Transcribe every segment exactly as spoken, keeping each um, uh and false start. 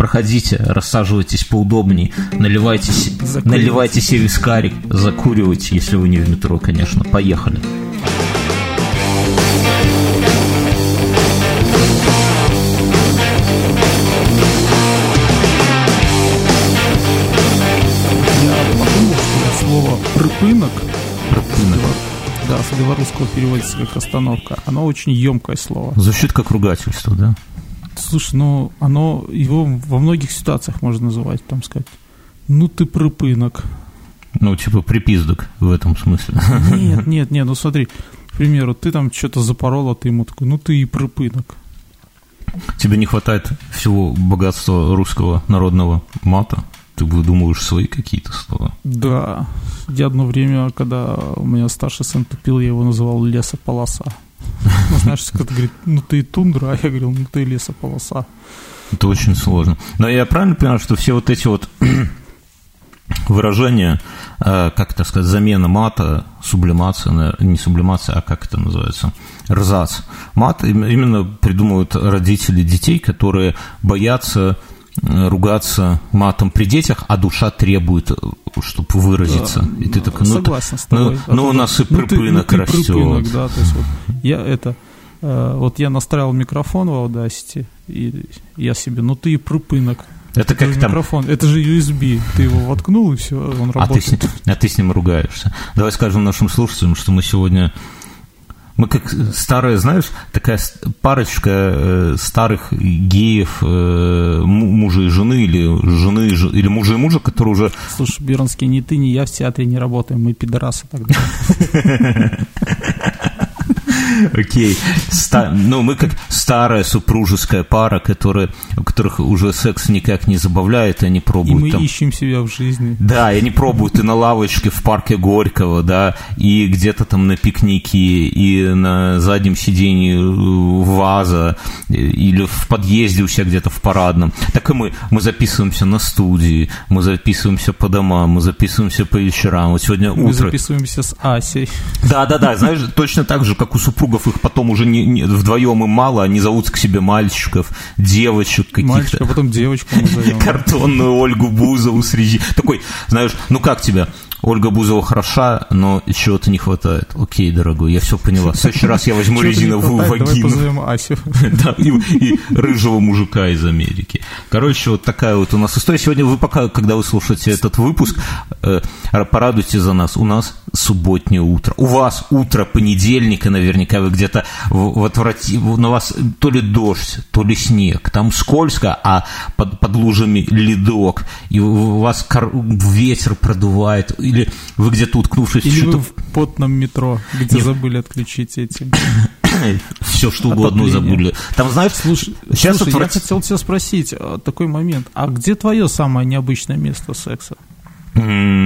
Проходите, рассаживайтесь поудобнее, наливайте, наливайте себе вискарик, закуривайте, если вы не в метро, конечно. Поехали. Слово «припынок», Припынок. да, с белорусского переводится как «остановка», оно очень емкое слово. Звучит как ругательство, да? Слушай, ну, оно, его во многих ситуациях можно называть, там сказать, ну ты припынок. Ну, типа припиздок в этом смысле. Нет, нет, нет, ну смотри, к примеру, ты там что-то запорол, а ты ему такой, ну ты и припынок. Тебе не хватает всего богатства русского народного мата? Ты выдумываешь свои какие-то слова? Да. Я одно время, когда у меня старший сын тупил, я его называл лесополоса. Ну, знаешь, кто-то говорит, ну ты и тундра, а я говорил, ну ты и лесополоса. Это очень сложно. Но я правильно понимаю, что все вот эти вот выражения, как это сказать, замена мата, сублимация, не сублимация, а как это называется, рзац. Мат именно придумывают родители детей, которые боятся ругаться матом при детях, а душа требует, чтобы выразиться. Да, и ты такой, ну, согласен с тобой. Ну, ну у нас и припынок ну, растет. Припынок, да, то есть вот я это, э, вот я настраивал микрофон в Audacity, и я себе, ну ты и припынок. Это, это как там... микрофон, это же ю эс би, ты его воткнул и все, он а работает. Ты с, а ты с ним ругаешься. Давай скажем нашим слушателям, что мы сегодня... Мы как старая, знаешь, такая парочка э, старых геев, э, мужа и жены, или жены или мужа и мужа, которые уже... Слушай, Бернский, ни ты, ни я в театре не работаем, мы пидорасы тогда. Окей. Ну, мы как старая супружеская пара, которая, у которых уже секс никак не забавляет, и они пробуют. И мы там... ищем себя в жизни. Да, и они пробуют и на лавочке в парке Горького, да, и где-то там на пикнике, и на заднем сиденье ВАЗа, или в подъезде у себя где-то в парадном. Так и мы. Мы записываемся на студии, мы записываемся по домам, мы записываемся по вечерам. Вот сегодня мы утро... записываемся с Асей. Да-да-да, знаешь, точно так же, как у супругов, их потом уже не, не, вдвоем им мало, они зовут к себе мальчиков, девочек каких-то. Мальчик, а потом девочку назовем. Картонную Ольгу Бузову среди... Такой, знаешь, ну как тебя? Ольга Бузова хороша, но чего-то не хватает. Окей, дорогой, я все поняла. В следующий раз я возьму резиновую вагину. Давай позовем Асю. Да, и, и рыжего мужика из Америки. Короче, вот такая вот у нас история. Сегодня вы пока, когда вы слушаете этот выпуск, э, порадуйтесь за нас. У нас субботнее утро. У вас утро понедельника, наверняка вы где-то в, в отврати... на вас то ли дождь, то ли снег. Там скользко, а под, под лужами ледок. И у вас кор... ветер продувает. Или вы где-то уткнувшись... Или вы в потном метро, где Нет. забыли отключить эти... Все, что угодно забыли. Там, знаешь, слушай, сейчас слушай отврат... я хотел тебя спросить такой момент. А где твое самое необычное место секса? Я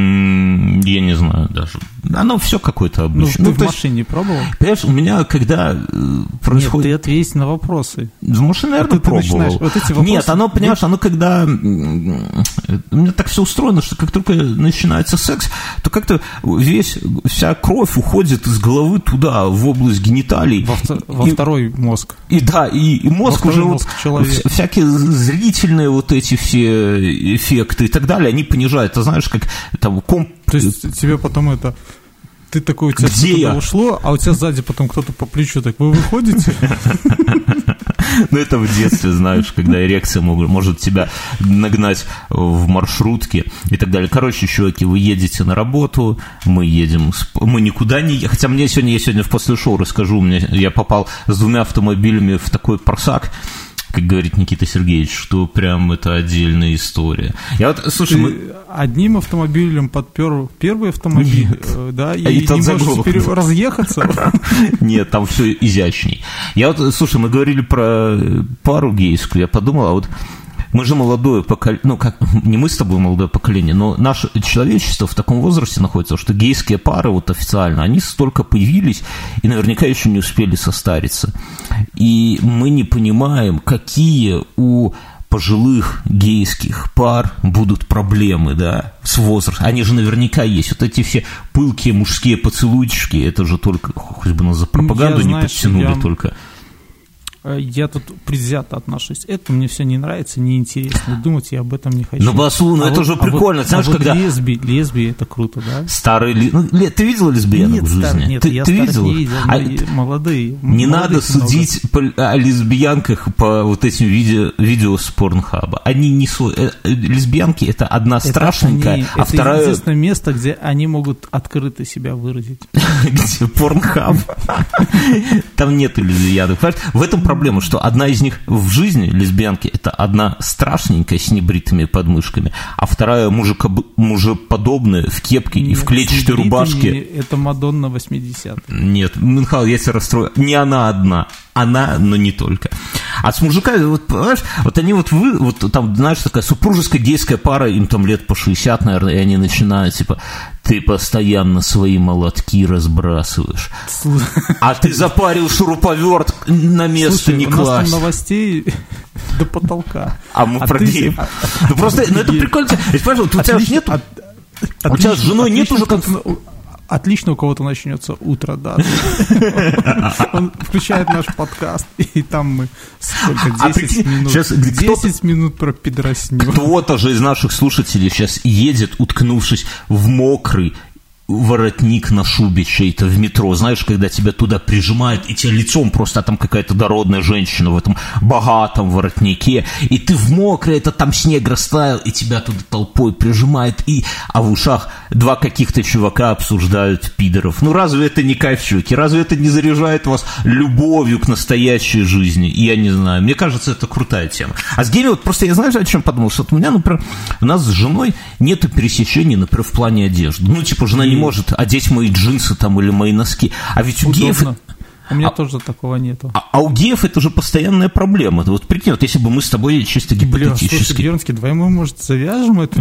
не знаю даже. Оно все какое-то обычное. Ну, ну, ты в машине есть, пробовал? Понимаешь, у меня, когда происходит... Нет, ты ответь на вопросы. В машине, наверное, а ты, пробовал. Ты вот эти вопросы... Нет, оно, понимаешь, оно когда... У меня так все устроено, что как только начинается секс, то как-то весь, вся кровь уходит из головы туда, в область гениталий. Во, во и, второй мозг. И да, и, и мозг во уже... Мозг вот, всякие зрительные вот эти все эффекты и так далее, они понижают. Ты знаешь, как там... Комп... То есть тебе потом это... Ты такой, у тебя что-то ушло, а у тебя сзади потом кто-то по плечу так, вы выходите? Ну, это в детстве, знаешь, когда эрекция может тебя нагнать в маршрутке и так далее. Короче, чуваки, вы едете на работу, мы едем, мы никуда не... Хотя мне сегодня, я сегодня в после шоу расскажу, мне, я попал с двумя автомобилями в такой просак, как говорит Никита Сергеевич, что прям это отдельная история. Я вот, слушай, мы... Одним автомобилем подпер первый автомобиль, Нет. да, и, а и не можешь теперь разъехаться? Нет, там все изящней. Я вот, слушай, мы говорили про пару гейскую, я подумал, а вот мы же молодое поколение, ну, как, не мы с тобой молодое поколение, но наше человечество в таком возрасте находится, что гейские пары вот официально, они столько появились и наверняка еще не успели состариться. И мы не понимаем, какие у пожилых гейских пар будут проблемы, да, с возрастом. Они же наверняка есть. Вот эти все пылкие мужские поцелуйчики, это же только, хоть бы нас за пропаганду я, не знаешь, подтянули я... только... я тут предвзято отношусь. Это мне все не нравится, неинтересно. Думать я об этом не хочу. Ну, Басу, ну а это вот, же прикольно. А вот, знаешь, а когда... вот лесби, лесби, это круто, да? Старые ли... ну, ты видела лесбиянок нет, в жизни? Стар... Нет, ты, я ты старых видела? не видел, а... молодые. Не молодых надо судить по... о лесбиянках по вот этим видео, видео с Порнхаба. Они не... Су... Лесбиянки — это одна это страшненькая, они... а это вторая... Это единственное место, где они могут открыто себя выразить. Где Порнхаб? Там нет лесбиянок. В этом проблема, что одна из них в жизни, лесбиянки, это одна страшненькая с небритыми подмышками, а вторая мужикоб... мужеподобная в кепке нет, и в клетчатой рубашке. Это Мадонна восьмидесятых. Нет, Мюнхгаузен, я тебя расстрою. Не она одна. Она, но не только. А с мужиками, вот, понимаешь, вот они вот вы, вот там, знаешь, такая супружеская гейская пара, им там лет по шестьдесят, наверное, и они начинают, типа, ты постоянно свои молотки разбрасываешь, а ты запарил шуруповерт на место. Слушай, не класть. У нас там новостей до потолка. А мы а про ты... а... Ну просто, ну это прикольно. Понимаешь, у тебя же нет... У тебя с женой нет уже... Отлично у кого-то начнется утро, да. Он включает наш подкаст, и там мы сколько, десять минут, десять минут про пидорасню. Кто-то же из наших слушателей сейчас едет, уткнувшись в мокрый воротник на шубе чей-то в метро, знаешь, когда тебя туда прижимают, и тебя лицом просто, а там какая-то дородная женщина в этом богатом воротнике, и ты в мокрый, это там снег растаял, и тебя туда толпой прижимает, и, а в ушах два каких-то чувака обсуждают пидоров. Ну разве это не кайф, чуваки? Разве это не заряжает вас любовью к настоящей жизни? Я не знаю, мне кажется, это крутая тема. А с геями, вот просто я знаю, о чем подумал, что вот у меня, например, у нас с женой нету пересечений, например, в плане одежды. Ну, типа, жена не может одеть мои джинсы там или мои носки. А ведь у геев... У меня а, тоже такого нету. А, а у геев это уже постоянная проблема. Вот прикинь, вот если бы мы с тобой чисто гипотетически... Бля, слушай, Бьернский, давай мы, может, завяжем это?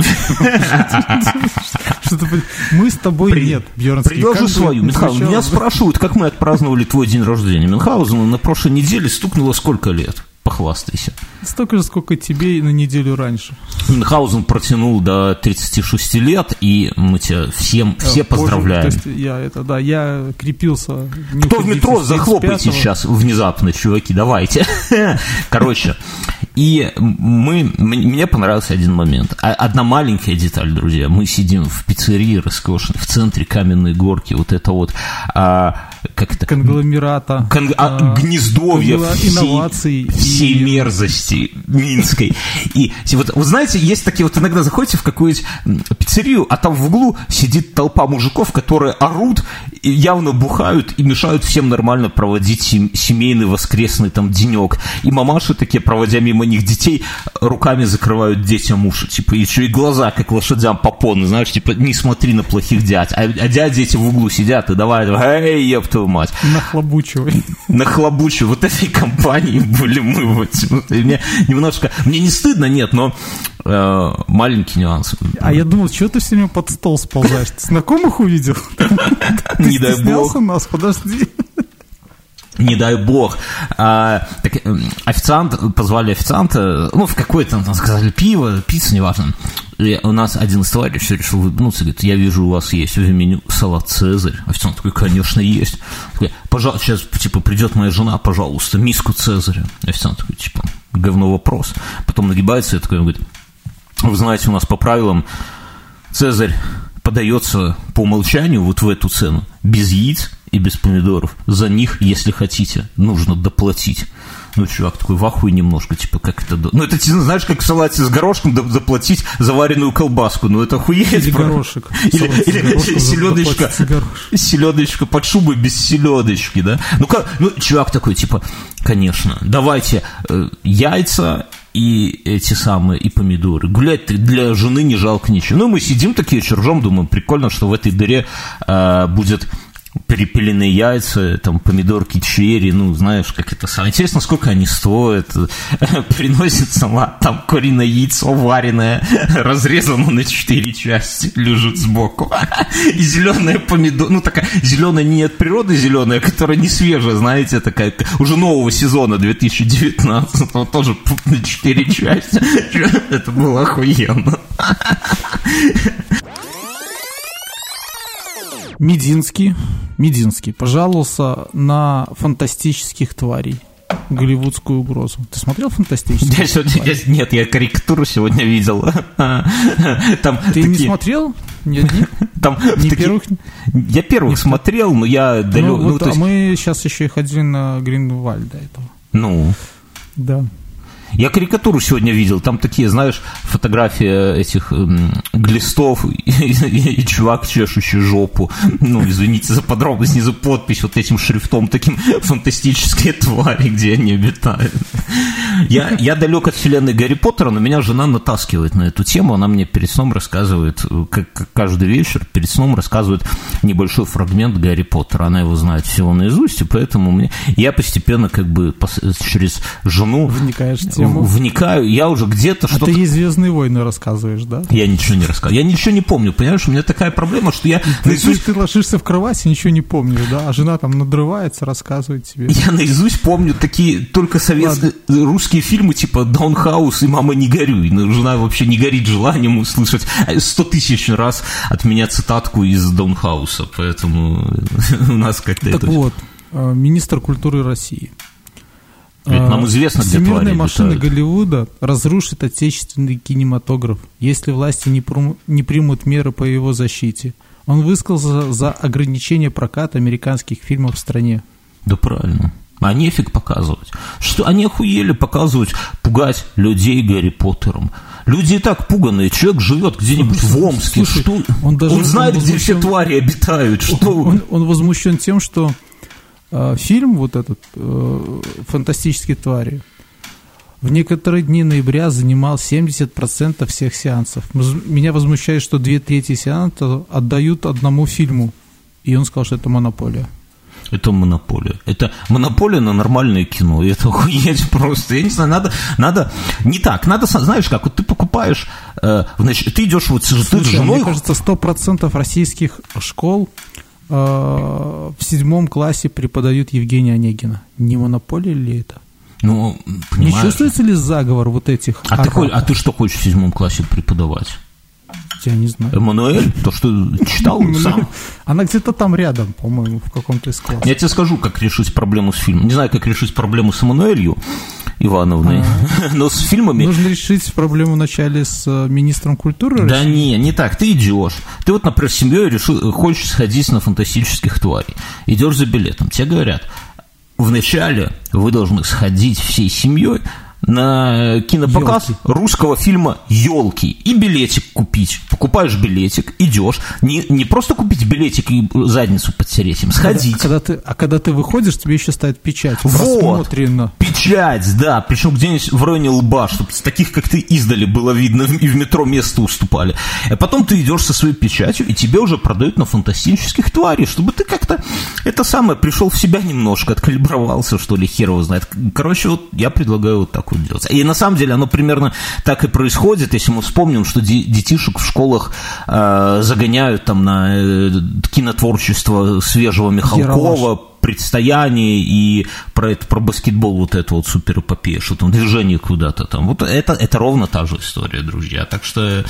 Мы с тобой нет, Бьернский. Предложи свою. Мюнхгаузен, меня спрашивают, как мы отпраздновали твой день рождения. Мюнхгаузену на прошлой неделе стукнуло сколько лет? Похвастайся. Столько же, сколько тебе на неделю раньше. Мюнхгаузен протянул до тридцати шести лет, и мы тебя всем все Позже, поздравляем. То есть я это, да, я крепился. Кто в метро, захлопайте сейчас внезапно, чуваки, давайте. Короче, и мы, мне понравился один момент. Одна маленькая деталь, друзья. Мы сидим в пиццерии роскошной, в центре Каменной Горки, вот это вот... Как это? Конгломерата. Кон... А, гнездовья инноваций. Всей и... мерзости минской. И вот, вы знаете, есть такие вот, иногда заходите в какую-нибудь пиццерию, а там в углу сидит толпа мужиков, которые орут, и явно бухают и мешают всем нормально проводить семейный воскресный там денек. И мамаши такие, проводя мимо них детей, руками закрывают детям уши. Типа, еще и глаза, как лошадям попоны, знаешь, типа, не смотри на плохих дядь. А, а дяди эти в углу сидят и давай, эй, еп твою мать. Нахлобучивай. Нахлобучивай. Вот этой компании были мы. Вот, вот, мне немножко... Мне не стыдно, нет, но э, маленький нюанс. А я думал, что ты все время под стол сползаешь? Ты знакомых увидел? Не дай бог. Нас, подожди. Не дай бог. А, так, официант, позвали официанта, ну, в какой-то, там сказали, пиво, пицца, неважно. И у нас один из товарищей решил улыбнуться, говорит, я вижу, у вас есть в меню салат «Цезарь». Официант такой, конечно, есть. Такой, пожалуйста, сейчас, типа, придет моя жена, пожалуйста, миску «Цезаря». Официант такой, типа, говно вопрос. Потом нагибается и такой, говорит, вы знаете, у нас по правилам «Цезарь» подается по умолчанию вот в эту цену, без яиц и без помидоров. За них, если хотите, нужно доплатить. Ну, чувак такой в ахуе немножко, типа, как это... Ну, это, знаешь, как в салате с горошком заплатить за вареную колбаску. Ну, это охуеть. Или горошек. Или, или селедочка, селедочка под шубой без селедочки, да? Ну, как, ну, чувак такой, типа, конечно, давайте э, яйца и эти самые, и помидоры. Гулять для жены не жалко ничего. Ну, мы сидим такие, ржем, думаем, прикольно, что в этой дыре э, будет... перепелиные яйца, там, помидорки черри, ну, знаешь, как это самое. Интересно, сколько они стоят. Приносит салат, там, куриное яйцо вареное, разрезано на четыре части, лежит сбоку. И зеленая помидор, ну, такая зеленая не от природы зеленая, которая не свежая, знаете, такая, уже нового сезона две тысячи девятнадцатого, тоже на четыре части. Это было охуенно. Мединский, Мединский пожаловался на фантастических тварей. голливудскую угрозу. Ты смотрел «Фантастический»? Я сегодня, я, нет, я карикатуру сегодня видел. Там Ты такие... не смотрел? Нет, нет. Там не такие... первых... Я первых не смотрел, но я далек... Ну, ну, вот, есть... А мы сейчас еще и ходили на Гриндевальд до этого. Ну? Да. Я карикатуру сегодня видел, там такие, знаешь, фотографии этих эм, глистов и, и, и чувак, чешущий жопу, ну, извините за подробность, снизу подпись вот этим шрифтом, таким фантастические твари, где они обитают. Я, я далек от вселенной Гарри Поттера, но меня жена натаскивает на эту тему, она мне перед сном рассказывает, как, как каждый вечер перед сном рассказывает небольшой фрагмент Гарри Поттера, она его знает всего наизусть, и поэтому мне, я постепенно как бы пос, через жену... Вникаешь в тему. Вникаю, я уже где-то а что-то... ты ей «Звездные войны» рассказываешь, да? Я ничего не рассказываю. Я ничего не помню, понимаешь? У меня такая проблема, что я... Ты, наизусть... ты ложишься в кровать и ничего не помнишь, да? А жена там надрывается, рассказывает тебе. Я наизусть помню такие только советские, Ладно. русские фильмы типа «Даунхаус» и «Мама, не горюй». Но жена вообще не горит желанием услышать сто тысяч раз от меня цитатку из «Даунхауса». Поэтому у нас как-то так это... Так вот, министр культуры России. Ведь нам известно, где твари Всемирные машины летают. Голливуда разрушат отечественный кинематограф, если власти не, прум, не примут меры по его защите. Он высказался за ограничение проката американских фильмов в стране. Да правильно. А нефиг показывать. Что они охуели показывать, пугать людей Гарри Поттером. Люди и так пуганые. Человек живет где-нибудь слушай, в Омске. Слушай, что? Он, даже, он знает, он где возмущен... все твари обитают. Что? Он, он, он возмущен тем, что э, фильм вот этот э, «Фантастические твари» в некоторые дни ноября занимал семьдесят процентов всех сеансов. Меня возмущает, что две трети сеансов отдают одному фильму. И он сказал, что это монополия. Это монополия. Это монополия на нормальное кино. И это охуеть просто. Я не знаю, надо... надо не так. Надо, знаешь как, вот ты покупаешь... Э, значит, ты идешь вот... Слушай, ты с женой... Мне кажется, сто процентов российских школ э, в седьмом классе преподают Евгения Онегина. Не монополия ли это? Ну, понимаешь... Не чувствуется ли заговор вот этих... А ты, а ты что хочешь в седьмом классе преподавать? Я не знаю. Эммануэль? То, что читал сам? Она где-то там рядом, по-моему, в каком-то из классов. Я тебе скажу, как решить проблему с фильмом. Не знаю, как решить проблему с Эммануэлью Ивановной, но с фильмами... Нужно решить проблему вначале с министром культуры? Да не, не так. Ты идешь. Ты вот, например, с семьей решил, хочешь сходить на фантастических тварей. Идешь за билетом. Тебе говорят, вначале вы должны сходить всей семьей на кинопоказ «Елки». Русского фильма «Елки» и билетик купить. Покупаешь билетик, идешь. Не, не просто купить билетик и задницу подтереть им, сходить. Когда, когда ты, а когда ты выходишь, тебе еще ставят печать. Вот, печать, да. Причем где-нибудь в районе лба, чтобы таких, как ты, издали было видно, и в метро место уступали. А потом ты идешь со своей печатью, и тебе уже продают на фантастических тварей, чтобы ты как-то, это самое, пришел в себя немножко, откалибровался, что ли, хер его знает. Короче, вот я предлагаю вот так вот делать. И на самом деле оно примерно так и происходит, если мы вспомним, что детишек в школах э, загоняют там на э, кинотворчество свежего Михалкова, Яралаш. Предстояние и про, это, про баскетбол вот это вот суперэпопея, что там движение куда-то там. Вот это, это ровно та же история, друзья. Так что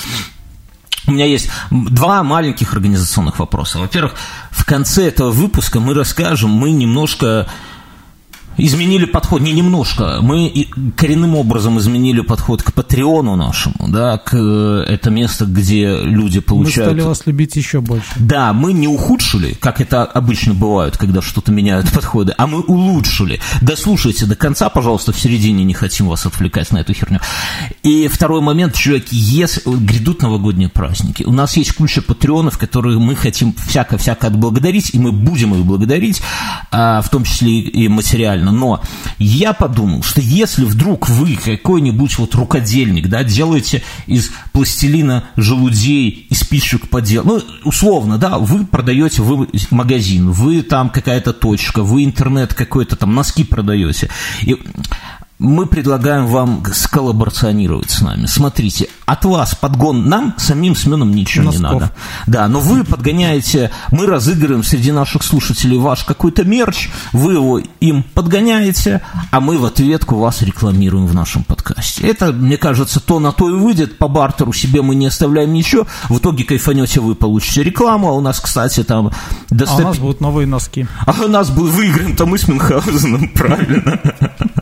у меня есть два маленьких организационных вопроса. Во-первых, в конце этого выпуска мы расскажем, мы немножко... изменили подход, не немножко, мы коренным образом изменили подход к Патреону нашему, да, к это место, где люди получают... Мы стали вас любить еще больше. Да, мы не ухудшили, как это обычно бывает, когда что-то меняют подходы, а мы улучшили. Дослушайте до конца, пожалуйста, в середине, не хотим вас отвлекать на эту херню. И второй момент, чуваки, если грядут новогодние праздники, у нас есть куча патреонов, которые мы хотим всяко-всяко отблагодарить, и мы будем их благодарить, в том числе и материально. Но я подумал, что если вдруг вы какой-нибудь вот рукодельник, да, делаете из пластилина желудей, из спичек подел, ну, условно, да, вы продаете, вы магазин, вы там какая-то точка, вы интернет какой-то там, носки продаете, и мы предлагаем вам сколлаборационировать с нами. Смотрите, от вас подгон нам, самим Семеном, ничего Носков. Не надо. Да, но вы подгоняете, мы разыгрываем среди наших слушателей ваш какой-то мерч, вы его им подгоняете, а мы в ответку вас рекламируем в нашем подкасте. Это, мне кажется, то на то и выйдет. По бартеру себе мы не оставляем ничего. В итоге кайфанете, вы получите рекламу, а у нас, кстати, там... Доступ... А у нас будут новые носки. А у нас будет выиграем-то мы с Мюнхгаузеном, правильно?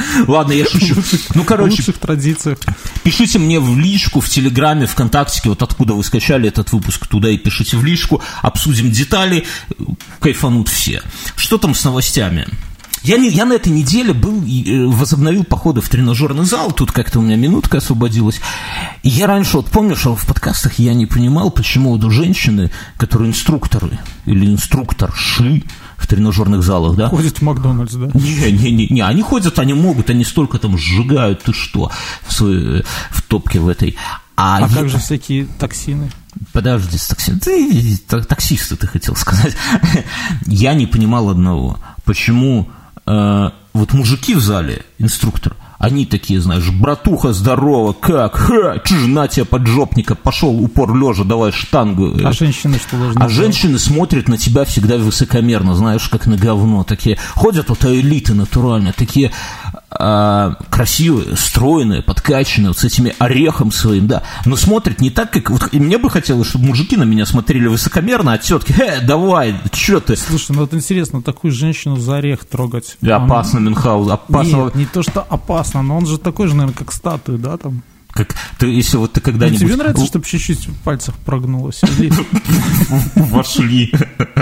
Ладно, я шучу. Ну, короче, в лучших традициях. Пишите мне в личку, в Телеграме, ВКонтакте, вот откуда вы скачали этот выпуск, туда и пишите в личку, обсудим детали, кайфанут все. Что там с новостями? Я, не, я на этой неделе был, возобновил походы в тренажерный зал, тут как-то у меня минутка освободилась. И я раньше, вот помню, что в подкастах я не понимал, почему вот у женщины, которые инструкторы или инструкторши в тренажерных залах, да? Ходят в Макдональдс, да? Не, не, не, не, они ходят, они могут, они столько там сжигают, ты что, в, своей, в топке в этой. А, а я... как же всякие токсины? Подожди, токсины. Ты, таксисты, ты хотел сказать. Я не понимал одного. Почему э, вот мужики в зале, инструктор, они такие, знаешь, братуха, здорово, как? Ха, чиж, на тебя поджопника, пошел, упор лежа, давай штангу. А женщины что должны А делать? женщины смотрят на тебя всегда высокомерно, знаешь, как на говно. Такие, ходят вот элиты натуральные, такие а, красивые, стройные, подкачанные, вот с этими орехом своим, да. Но смотрят не так, как... Вот, и мне бы хотелось, чтобы мужики на меня смотрели высокомерно, а тетки, э, давай, что ты? Слушай, ну вот интересно, такую женщину за орех трогать. Да, он... опасно, Мюнхгаузен, опасно. Нет, не то, что опасно, но он же такой же, наверное, как статуя, да, там. Как ты, если вот ты когда-нибудь... Ну, тебе нравится, чтобы чуть-чуть в пальцах прогнулось? Вошли.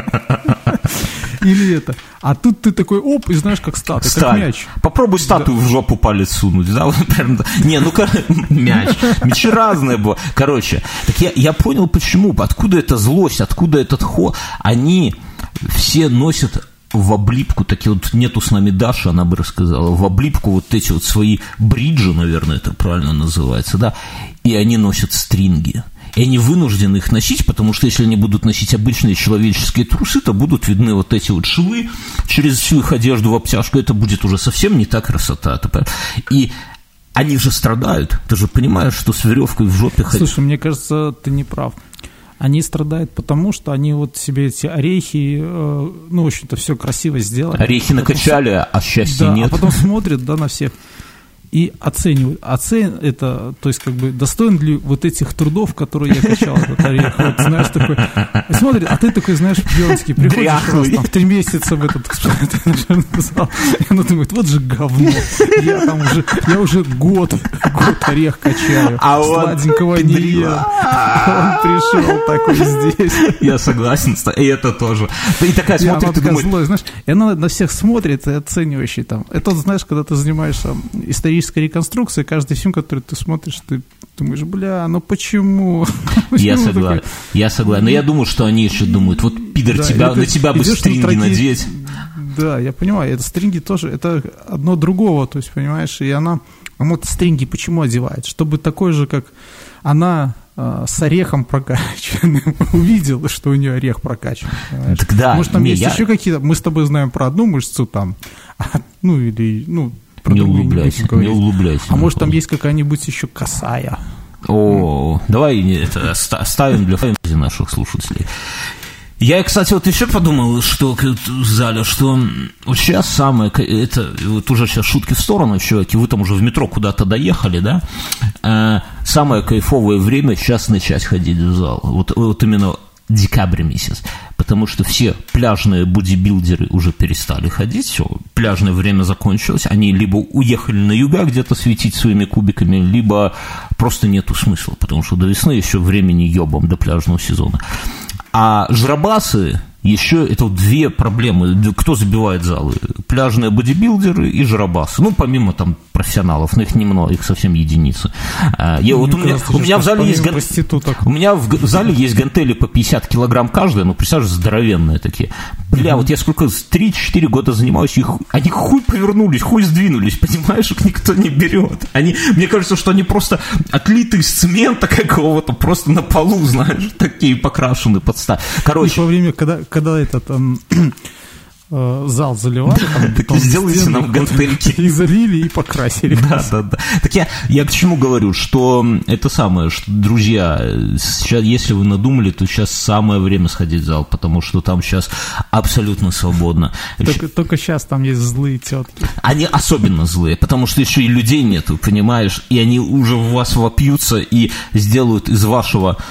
Или это. А тут ты такой, оп, и знаешь, как статуя, как мяч. Попробуй статую в жопу палец сунуть, да? Не, ну, мяч. Мячи разные были. Короче, так я, я понял, почему. Откуда эта злость, откуда этот хо. Они все носят... в облипку, такие вот, нету с нами Даши, она бы рассказала, в облипку вот эти вот свои бриджи, наверное, это правильно называется, да, и они носят стринги. И они вынуждены их носить, потому что если они будут носить обычные человеческие трусы, то будут видны вот эти вот швы через всю их одежду в обтяжку, это будет уже совсем не та красота. И они же страдают, ты же понимаешь, что с веревкой в жопе... Слушай, мне кажется, ты не прав. Они страдают потому, что они вот себе эти орехи, э, ну, в общем-то, все красиво сделали. Орехи накачали, потом, а счастья да, нет. А потом смотрят, да, на всех и оценивают. Оцен... Это, то есть, как бы, достоин ли вот этих трудов, которые я качал этот орех. Вот, знаешь, такой... Смотрит, а ты такой, знаешь, пьянский, приходишь раз, там, в три месяца в этот тренажерный зал, и она думает, вот же говно. Я там уже, я уже год, год орех качаю. А сладенького не ел. Он пришел такой здесь. Я согласен, и это тоже. И такая смотрит, и думает... Злой, знаешь, и она на всех смотрит, и оценивающий там. Это, знаешь, когда ты занимаешься исторической реконструкцией, каждый фильм, который ты смотришь, ты думаешь, бля, ну почему? Я согласен, я согласен. Но я думаю, что они еще думают, вот, пидор, да, тебя, на тебя бы стринги траки... надеть. Да, я понимаю, это стринги тоже, это одно другого, то есть, понимаешь, и она, она вот стринги почему одевает? Чтобы такой же, как она... с орехом прокачанным увидел, что у нее орех прокачан. Так да, может, там не, есть я... еще какие-то... Мы с тобой знаем про одну мышцу там, а, ну, или... ну про не углубляйся, не, не углубляйся. А может, там есть какая-нибудь еще косая? О, mm. давай это оставим для наших слушателей. Я, кстати, вот еще подумал, что в зале, что вот сейчас самое, это вот уже сейчас шутки в сторону, чуваки, вы там уже в метро куда-то доехали, да? А, самое кайфовое время сейчас начать ходить в зал. Вот, вот именно декабрь месяц, потому что все пляжные бодибилдеры уже перестали ходить, все, пляжное время закончилось, они либо уехали на юга где-то светить своими кубиками, либо просто нету смысла, потому что до весны еще времени ебом до пляжного сезона. А жрабасы еще это вот две проблемы. Кто забивает залы? Пляжные бодибилдеры и жрабасы. Ну, помимо там профессионалов, но их немного, их совсем единицы. Я, вот у, меня, у меня в зале есть ган... у меня в зале есть гантели по пятьдесят килограмм каждая, ну, представляешь, здоровенные такие. Бля, вот я сколько, три-четыре года занимаюсь, их, они хуй повернулись, хуй сдвинулись, понимаешь, их никто не берет. Они, мне кажется, что они просто отлиты из цемента какого-то, просто на полу, знаешь, такие покрашены под сталь. Короче. И во время, когда, когда этот... Эм, зал заливали, там, так сделайте нам гантельки. И залили, и покрасили. Да, да, да. Так я, я к чему говорю, что это самое, что, друзья, сейчас, если вы надумали, то сейчас самое время сходить в зал, потому что там сейчас абсолютно свободно. Только, только сейчас там есть злые тетки. Они особенно злые, потому что еще и людей нету, понимаешь, и они уже в вас вопьются и сделают из вашего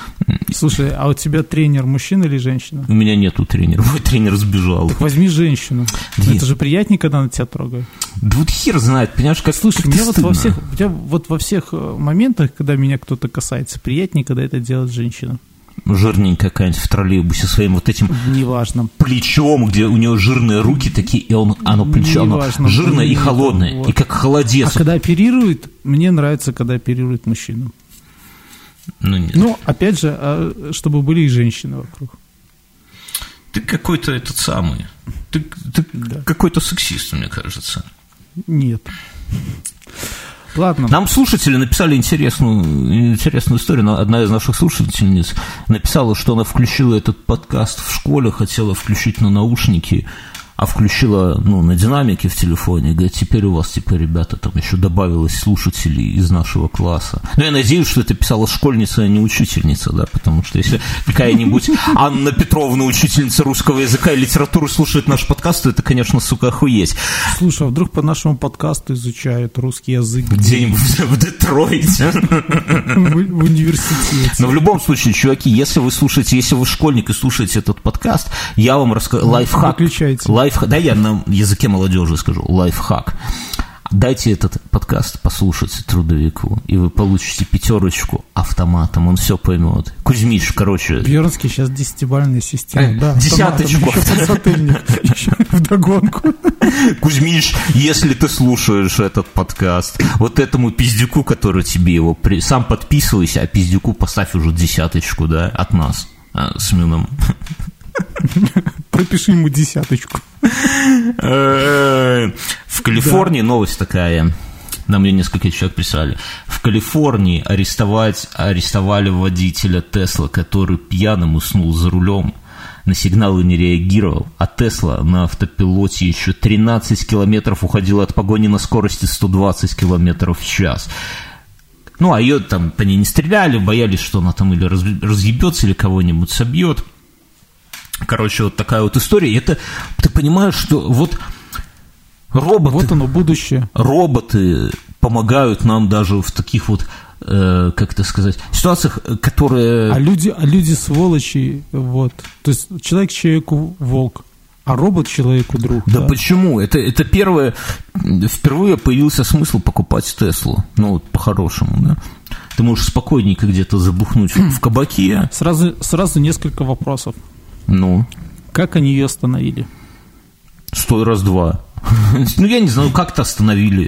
Слушай, а у тебя тренер мужчина или женщина? У меня нету тренера, мой тренер сбежал. Так возьми женщину. Да. Это же приятнее, когда она тебя трогает. Да вот хер знает, понимаешь, как. Слушай, как мне вот во, всех, стыдно. вот во всех моментах, когда меня кто-то касается, приятнее, когда это делает женщина. Жирненькая какая-нибудь в троллейбусе своим вот этим Неважно. плечом, где у нее жирные руки такие, и он, оно плечо, оно Неважно. жирное и холодное, Вот. и как холодец. А когда оперирует, мне нравится, когда оперирует мужчину. Ну, нет. Ну, опять же, а, чтобы были и женщины вокруг. Ты какой-то этот самый, ты, ты Да. какой-то сексист, мне кажется. Нет. Ладно. Нам слушатели написали интересную, интересную историю. Одна из наших слушательниц написала, что она включила этот подкаст в школе, хотела включить на наушники, а включила, ну, на динамике в телефоне. Говорит, теперь у вас, типа, ребята, там еще добавилось слушателей из нашего класса. Ну, я надеюсь, что это писала школьница, а не учительница, да, потому что если какая-нибудь Анна Петровна, учительница русского языка и литературы, слушает наш подкаст, то это, конечно, сука, охуеть. Слушай, а вдруг по нашему подкасту изучают русский язык Где-нибудь в Детройте. в в университете? Но в любом случае, чуваки, если вы слушаете, если вы школьник и слушаете этот подкаст, я вам расскажу лайфхак. Выключайте. Лайфхак. Да, я на языке молодежи скажу. Лайфхак. Дайте этот подкаст послушать трудовику, и вы получите пятерочку автоматом, он все поймет. Кузьмич, короче. Бьернский сейчас десятибалльная система. Да, Десяточку. автоматом, еще подзатыльник, еще вдогонку. Кузьмич, если ты слушаешь этот подкаст, вот этому пиздюку, который тебе его... При... Сам подписывайся, а пиздюку поставь уже десяточку, да, от нас, а, с Мином. Пропиши ему десяточку. В Калифорнии новость такая. Нам ее несколько человек писали. В Калифорнии арестовать, арестовали водителя Тесла, который пьяным уснул за рулем, на сигналы не реагировал, а Тесла на автопилоте еще тринадцать километров уходила от погони на скорости сто двадцать километров в час. Ну, а ее там по ней не стреляли, боялись, что она там или разъебется, или кого-нибудь собьет. Короче, вот такая вот история. И это, ты понимаешь, что вот роботы... Вот оно, будущее. Роботы помогают нам даже в таких вот, э, как это сказать, ситуациях, которые... А люди, а люди сволочи, вот. То есть человек человеку волк, а робот человеку друг. Да, да? почему? Это, это первое... Впервые появился смысл покупать Теслу. Ну, вот по-хорошему, да? Ты можешь спокойненько где-то забухнуть в кабаке. Сразу, сразу несколько вопросов. Ну? Как они ее остановили? Сто раз два. Ну, я не знаю, как-то остановили,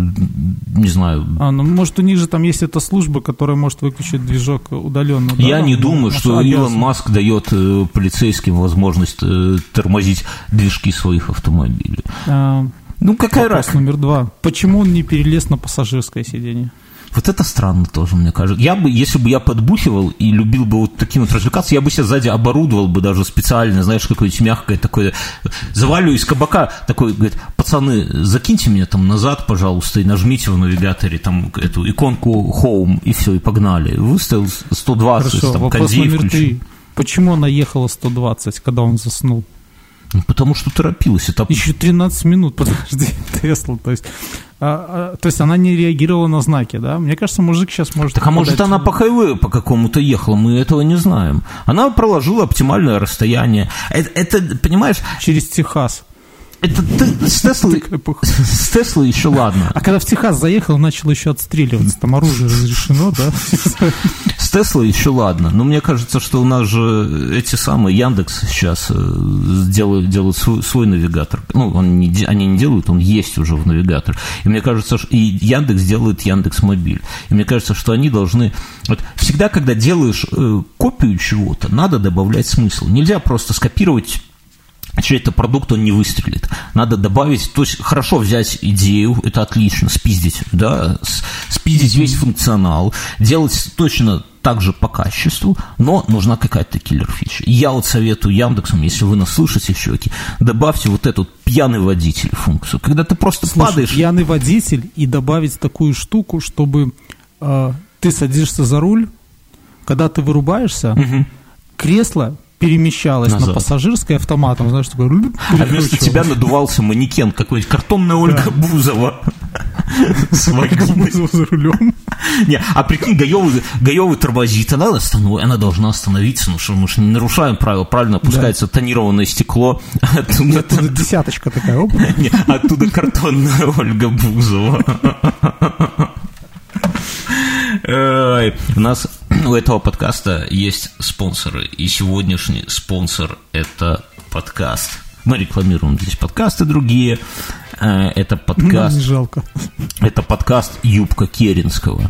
не знаю. А, ну, может, у них же там есть эта служба, которая может выключить движок удаленно. Я да? не ну, думаю, что обязан. Илон Маск дает э, полицейским возможность э, тормозить движки своих автомобилей. А, Ну, какая вопрос разница? номер два. Почему он не перелез на пассажирское сиденье? Вот это странно тоже, мне кажется. Я бы, если бы я подбухивал и любил бы вот таким вот развлекаться, я бы себя сзади оборудовал бы даже специально, знаешь, какое-нибудь мягкое такое. Завалю из кабака, такой, говорит, пацаны, закиньте меня там назад, пожалуйста, и нажмите в навигаторе там эту иконку Home, и все, и погнали. Выставил сто двадцать, Хорошо, там, вопрос кондей номер включил. три. Почему она ехала сто двадцать, когда он заснул? Ну, потому что торопилась. Это... Еще тринадцать минут, подожди, Тесла. То есть, а, а, то есть она не реагировала на знаки, да? Мне кажется, мужик сейчас может... Так а может подать... она по хайвею по какому-то ехала, мы этого не знаем. Она проложила оптимальное расстояние. Это, это понимаешь... Через Техас. Это ты с Теслой... С Теслой еще ладно. А когда в Техас заехал, начал еще отстреливаться. Там оружие разрешено, да? С Теслой еще ладно. Но мне кажется, что у нас же эти самые Яндекс сейчас делают, делают свой, свой навигатор. Ну, он не, они не делают, он есть уже в навигаторе. И мне кажется, что и Яндекс делает Яндекс.Мобиль. И мне кажется, что они должны... Вот всегда, когда делаешь э, копию чего-то, надо добавлять смысл. Нельзя просто скопировать чей-то продукт, он не выстрелит. Надо добавить, то есть хорошо взять идею, это отлично, спиздить, да, спиздить весь функционал, делать точно так же по качеству, но нужна какая-то киллер-фича. И я вот советую Яндексам, если вы нас слышите, чуваки, добавьте вот этот пьяный водитель функцию, когда ты просто Слушай, падаешь... пьяный водитель и добавить такую штуку, чтобы э, ты садишься за руль, когда ты вырубаешься, Угу. кресло перемещалась назад. На пассажирской автоматом, знаешь, такой... А вместо тебя надувался манекен какой-нибудь, картонная Ольга да. Бузова. С Бузова за рулем. Не, а прикинь, Гаевый тормозит, она, она должна остановиться, ну что мы же не нарушаем правила, правильно опускается да. тонированное стекло. Оттуда, оттуда десяточка такая, оп. Не, оттуда картонная Ольга Бузова. У нас у этого подкаста есть спонсоры, и сегодняшний спонсор – это подкаст. Мы рекламируем здесь подкасты другие. Это подкаст. Не жалко. Это подкаст Юбка Керенского.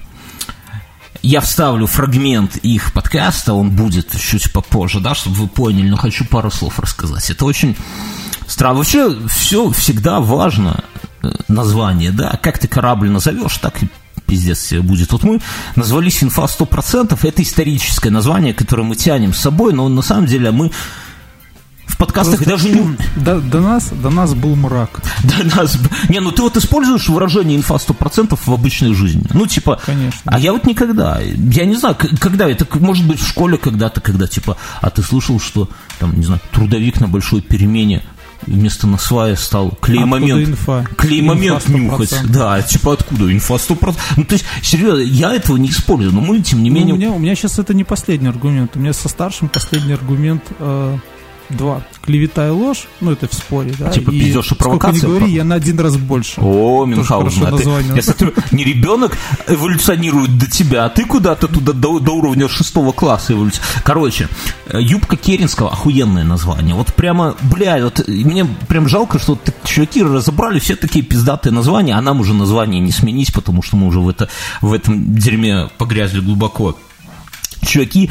Я вставлю фрагмент их подкаста, он будет чуть попозже, да, чтобы вы поняли, но хочу пару слов рассказать. Это очень странно. Вообще все всегда важно, название, да, как ты корабль назовешь, так и пиздец тебе будет. Вот мы назвались «Инфа сто процентов», это историческое название, которое мы тянем с собой, но на самом деле мы в подкастах просто даже не... До, до, нас, до нас был мрак. До нас... Не, ну ты вот используешь выражение «инфа сто процентов» в обычной жизни. Ну, типа... Конечно. А я вот никогда. Я не знаю, когда. Это может быть в школе когда-то, когда, типа, а ты слышал, что, там, не знаю, трудовик на большой перемене вместо на свае стал клей-момент, клей-момент нюхать. Да, типа откуда? Инфа сто процентов. Ну, то есть, серьезно, я этого не использую, но мы, тем не менее... Ну, у, меня, у меня сейчас это не последний аргумент. У меня со старшим последний аргумент... Э... Два. Клевета и ложь, ну это в споре, да. Типа и пиздёж и провокация. Сколько не говори, я на один раз больше. О, Мюнхгаузен, а ты, я смотрю, не ребенок эволюционирует до тебя, а ты куда-то туда до, до уровня шестого класса эволюционируешь. Короче, Юбка Керенского, охуенное название. Вот прямо, бля, вот мне прям жалко, что вот чуваки разобрали все такие пиздатые названия, а нам уже название не сменить, потому что мы уже в, это, в этом дерьме погрязли глубоко. Чуваки,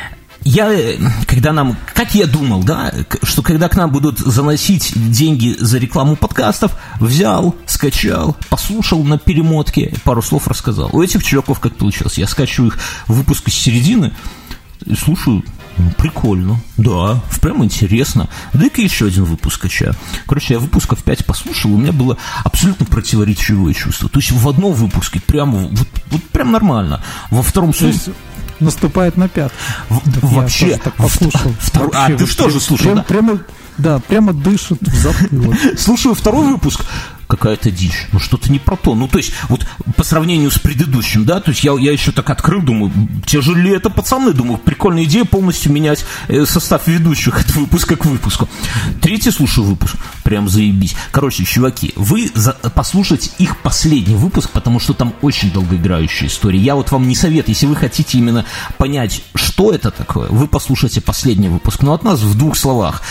я, когда нам, как я думал, да, что когда к нам будут заносить деньги за рекламу подкастов, взял, скачал, послушал на перемотке, пару слов рассказал. У этих чуваков как получилось? Я скачиваю их выпуск из середины и слушаю, ну, прикольно, да, прям интересно. Дай-ка еще один выпуск скачаю. Короче, я выпусков пять послушал, у меня было абсолютно противоречивое чувство. То есть в одном выпуске прям, вот, вот прям нормально, во втором... То есть... Наступает на пят. Вообще, так послушал. Втор... Вообще, а ты что же слушал? Прям, да? Прямо, да, прямо дышит в затылок. Слушаю второй выпуск. Какая-то дичь, ну что-то не про то. Ну, то есть, вот по сравнению с предыдущим, да, то есть я, я еще так открыл, думаю, те же ли это пацаны, думаю, прикольная идея полностью менять состав ведущих от выпуска к выпуску. Третий слушаю выпуск, прям заебись. Короче, чуваки, вы за... послушайте их последний выпуск, потому что там очень долгоиграющая история. Я вот вам не советую, если вы хотите именно понять, что это такое, вы послушайте последний выпуск. Но от нас в двух словах.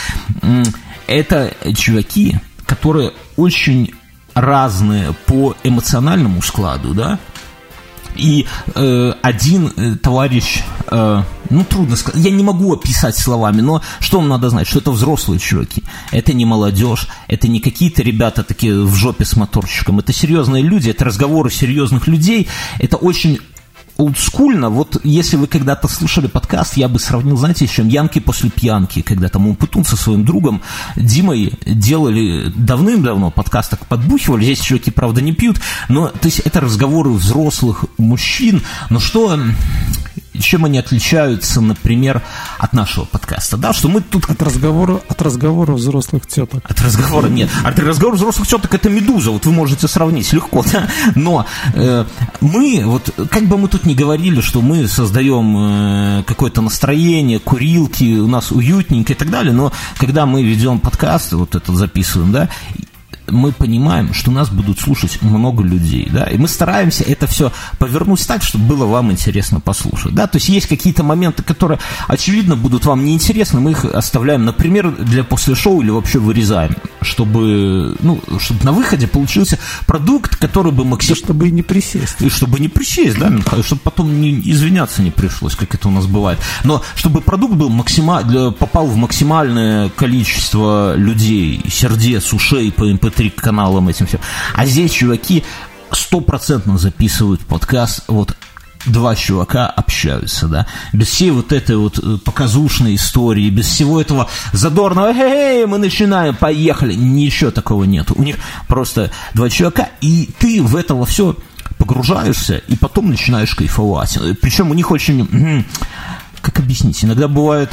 Это чуваки, которые очень разные по эмоциональному складу, да, и э, один э, товарищ, э, ну, трудно сказать, я не могу описать словами, но что вам надо знать, что это взрослые чуваки, это не молодежь, это не какие-то ребята такие в жопе с моторчиком, это серьезные люди, это разговоры серьезных людей, это очень олдскульно. Вот если вы когда-то слушали подкаст, я бы сравнил, знаете, с чем? Янки после пьянки, когда там Умпутун со своим другом Димой делали давным-давно подкаст, так подбухивали. Здесь чуваки, правда, не пьют, но то есть это разговоры взрослых мужчин. Но что... Чем они отличаются, например, от нашего подкаста, да, что мы тут... От разговора, от разговора взрослых теток. От разговора, нет, от разговора взрослых теток это «Медуза», вот вы можете сравнить легко, да, но э, мы, вот, как бы мы тут ни говорили, что мы создаем э, какое-то настроение, курилки, у нас уютненько и так далее, но когда мы ведем подкаст, вот этот записываем, да, мы понимаем, что нас будут слушать много людей, да, и мы стараемся это все повернуть так, чтобы было вам интересно послушать, да, то есть есть какие-то моменты, которые, очевидно, будут вам неинтересны, мы их оставляем, например, для после шоу или вообще вырезаем, чтобы, ну, чтобы на выходе получился продукт, который бы максимально... И чтобы не присесть. И чтобы не присесть, да, Михаил, чтобы потом не извиняться не пришлось, как это у нас бывает, но чтобы продукт был максимально, попал в максимальное количество людей, сердец, ушей по эм пэ три каналам этим все. А здесь чуваки стопроцентно записывают подкаст, вот два чувака общаются, да, без всей вот этой вот показушной истории, без всего этого задорного «Эй, мы начинаем, поехали», ничего такого нету. У них просто два чувака, и ты в это все погружаешься, и потом начинаешь кайфовать. Причем у них очень, как объяснить, иногда бывает...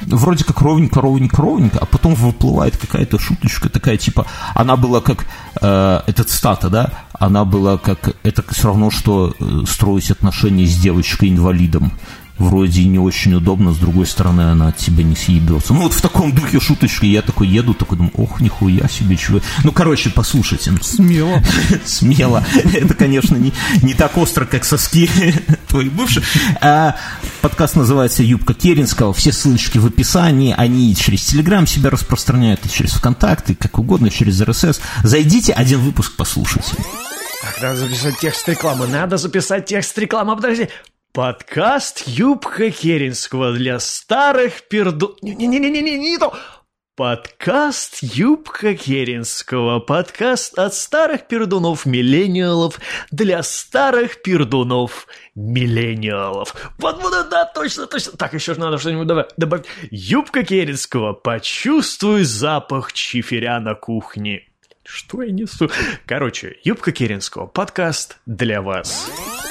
вроде как ровненько, ровненько, ровненько, а потом выплывает какая-то шуточка такая, типа, она была как, э, это цитата, да, она была как, это все равно, что строить отношения с девочкой-инвалидом. Вроде не очень удобно, с другой стороны, она от тебя не съебется. Ну, вот в таком духе шуточки я такой еду, такой думаю, ох, нихуя себе, чего. Ну, короче, послушайте. Смело. Смело. Это, конечно, не, не так остро, как соски твоих бывших. А, подкаст называется «Юбка Керенского». Все ссылочки в описании. Они через Телеграм себя распространяют, и через ВКонтакте, как угодно, через эр эс эс. Зайдите, один выпуск послушайте. Так, надо записать текст рекламы. Надо записать текст рекламы. Подожди. Подкаст «Юбка Керенского» для старых перду... Не-не-не-не-не, не то! Подкаст «Юбка Керенского». Подкаст от старых пердунов-миллениалов для старых пердунов-миллениалов. Вот, вот, да, точно, точно. Так, еще надо что-нибудь добавить. «Юбка Керенского». Почувствуй запах чифиря на кухне. Что я несу? Короче, «Юбка Керенского». Подкаст для вас.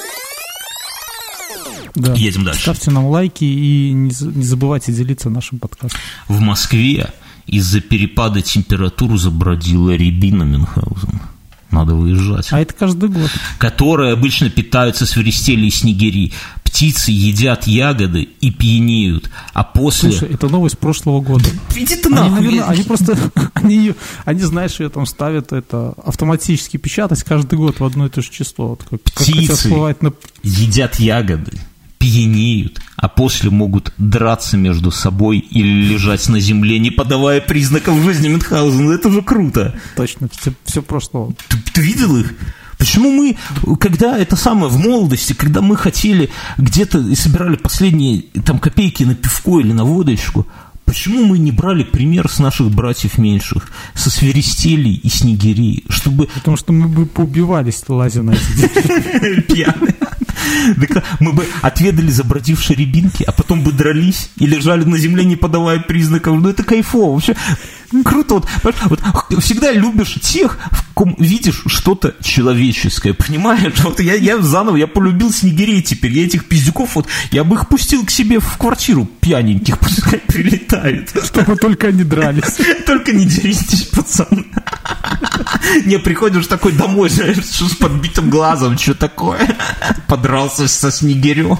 Да. Едем дальше. Ставьте нам лайки и не, не забывайте делиться нашим подкастом. В Москве из-за перепада температур забродила рябина Мюнхгаузен. Надо выезжать. А это каждый год. Которые обычно питаются свиристелей и снегири. Птицы едят ягоды и пьянеют, а после... Слушай, это новость прошлого года. Иди ты нахуй. Они, наверное, они просто, они, они, знаешь, ее там ставят, это, автоматически печатать каждый год в одно и то же число. Вот как, Птицы как на... едят ягоды, пьянеют, а после могут драться между собой или лежать на земле, не подавая признаков жизни Мюнхгаузена. Это же круто. Точно, все, все прошло. Ты, ты видел их? Почему мы, когда это самое, в молодости, когда мы хотели где-то и собирали последние там копейки на пивко или на водочку, почему мы не брали пример с наших братьев меньших, со свиристелей и снегирей, чтобы... Потому что мы бы поубивались, лазя на эти деньги. Пьяные. Мы бы отведали забродившие рябинки, а потом бы дрались и лежали на земле, не подавая признаков. Ну, это кайфово. Вообще круто. Вот, вот, всегда любишь тех, в ком видишь что-то человеческое. Понимаешь? Вот я, я заново, я полюбил снегирей теперь. Я этих пиздюков, вот, я бы их пустил к себе в квартиру пьяненьких, пускай прилетают. Чтобы только они дрались. Только не деритесь, пацаны. Не, приходишь такой домой, знаешь, с подбитым глазом, что такое? Подрался со снегирем.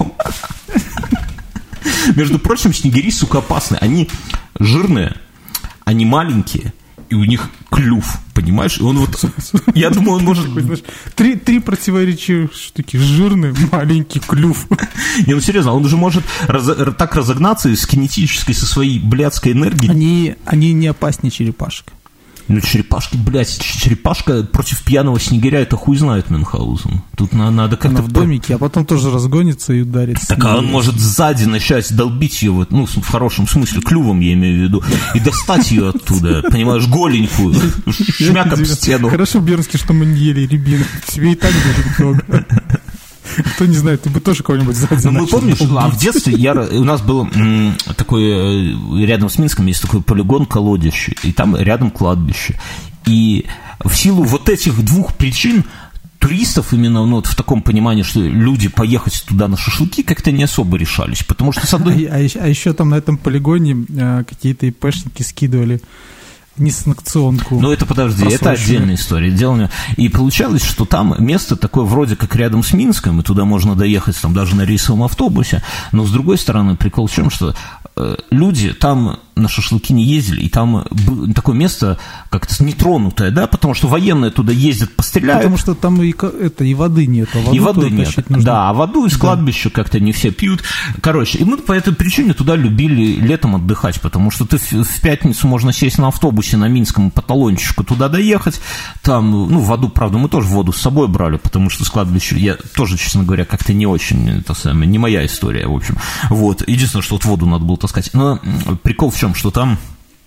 Между прочим, снегири, сука, опасны. Они жирные, они маленькие, и у них клюв, понимаешь? И он вот, я думаю, он может... Три, три противоречивых штуки. Жирный, маленький, клюв. Не, ну серьезно, он же может раз, так разогнаться с кинетической, со своей блядской энергией. Они, они не опаснее черепашек. Ну, черепашки, блядь, черепашка против пьяного снегиря, это хуй знает Мюнхгаузен. Тут надо, надо как-то... Она в домике, а потом тоже разгонится и ударит. Так а он может сзади начать долбить ее, ну, в хорошем смысле, клювом, я имею в виду, и достать ее оттуда, понимаешь, голенькую, шмяк об стену. Хорошо, Бернский, что мы не ели рябину. Тебе и так будет много. Кто не знает, ты бы тоже кого-нибудь сзади Ну, мы помнишь, а в детстве я, у нас был м, такой, рядом с Минском есть такой полигон колодище, и там рядом кладбище. И в силу вот этих двух причин туристов именно ну, вот в таком понимании, что люди поехать туда на шашлыки как-то не особо решались, потому что с одной... А, а еще там на этом полигоне а, какие-то ИПшники скидывали несанкционку. Ну, это, подожди, это отдельная история. Дело... И получалось, что там место такое вроде как рядом с Минском, и туда можно доехать там даже на рейсовом автобусе, но, с другой стороны, прикол в чем, что э, люди там на шашлыки не ездили, и там было такое место как-то нетронутое, да, потому что военные туда ездят, постреляют. Потому что там и, это, и воды нет. А воду и воды нет, нужно. Да, а воду из кладбища да. как-то не все пьют. Короче, и мы по этой причине туда любили летом отдыхать, потому что ты в, в пятницу можно сесть на автобусе на Минском по талончику туда доехать, там, ну, воду, правда, мы тоже воду с собой брали, потому что с кладбища, я тоже, честно говоря, как-то не очень, это самое, не моя история, в общем. Вот, единственное, что вот воду надо было таскать. Но прикол в чем, что там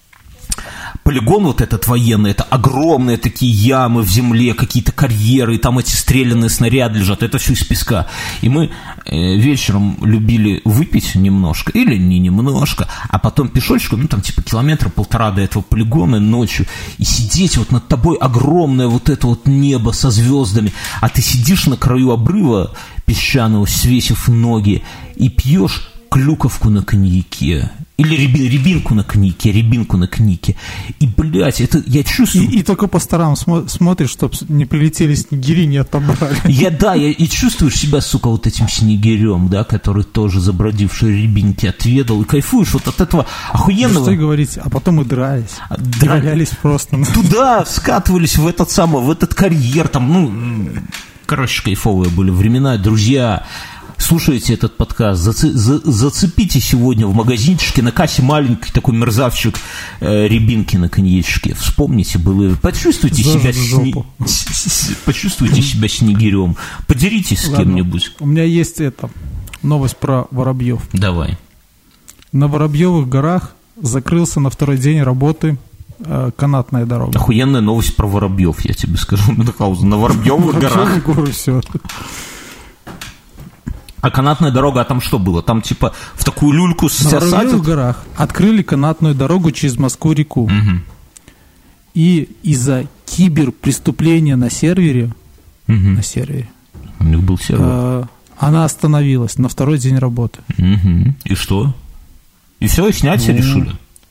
полигон вот этот военный, это огромные такие ямы в земле, какие-то карьеры, и там эти стрелянные снаряды лежат, это все из песка. И мы э, вечером любили выпить немножко, или не немножко, а потом пешочком, ну там типа километра полтора до этого полигона ночью, и сидеть вот над тобой огромное вот это вот небо со звездами, а ты сидишь на краю обрыва песчаного, свесив ноги, и пьешь клюковку на коньяке. Или реби, рябинку на коньяке, рябинку на коньяке. И, блядь, это я чувствую... И, и только по сторонам смо- смотришь, чтобы не прилетели снегири, не отобрали. Я, да, я, и чувствуешь себя, сука, вот этим снегирем, да, который тоже забродивший рябинки отведал, и кайфуешь вот от этого охуенного... Что и говорить, а потом и дрались. Дра... Дрались просто. Туда скатывались в этот самый, в этот карьер, там, ну, короче, кайфовые были времена, друзья... Слушайте этот подкаст, зацы, за, зацепите сегодня в магазинчике на кассе маленький такой мерзавчик э, рябинки на коньячке. Вспомните былые, почувствуйте себя, сни, с, с, почувствуйте себя снегирем, поделитесь с кем-нибудь. У меня есть это, новость про воробьев. Давай. На Воробьевых горах закрылся на второй день работы э, канатная дорога. Охуенная новость про воробьев, я тебе скажу, Мюнхгаузен. На Воробьевых горах. Горы, все. А канатная дорога, а там что было? Там типа в такую люльку садят? На Воробьевых горах открыли канатную дорогу через Москву-реку. Угу. И из-за киберпреступления на сервере, угу. на сервере, у них был сервер. Э, она остановилась на второй день работы. Угу. И что? И все, и снять ну, решили?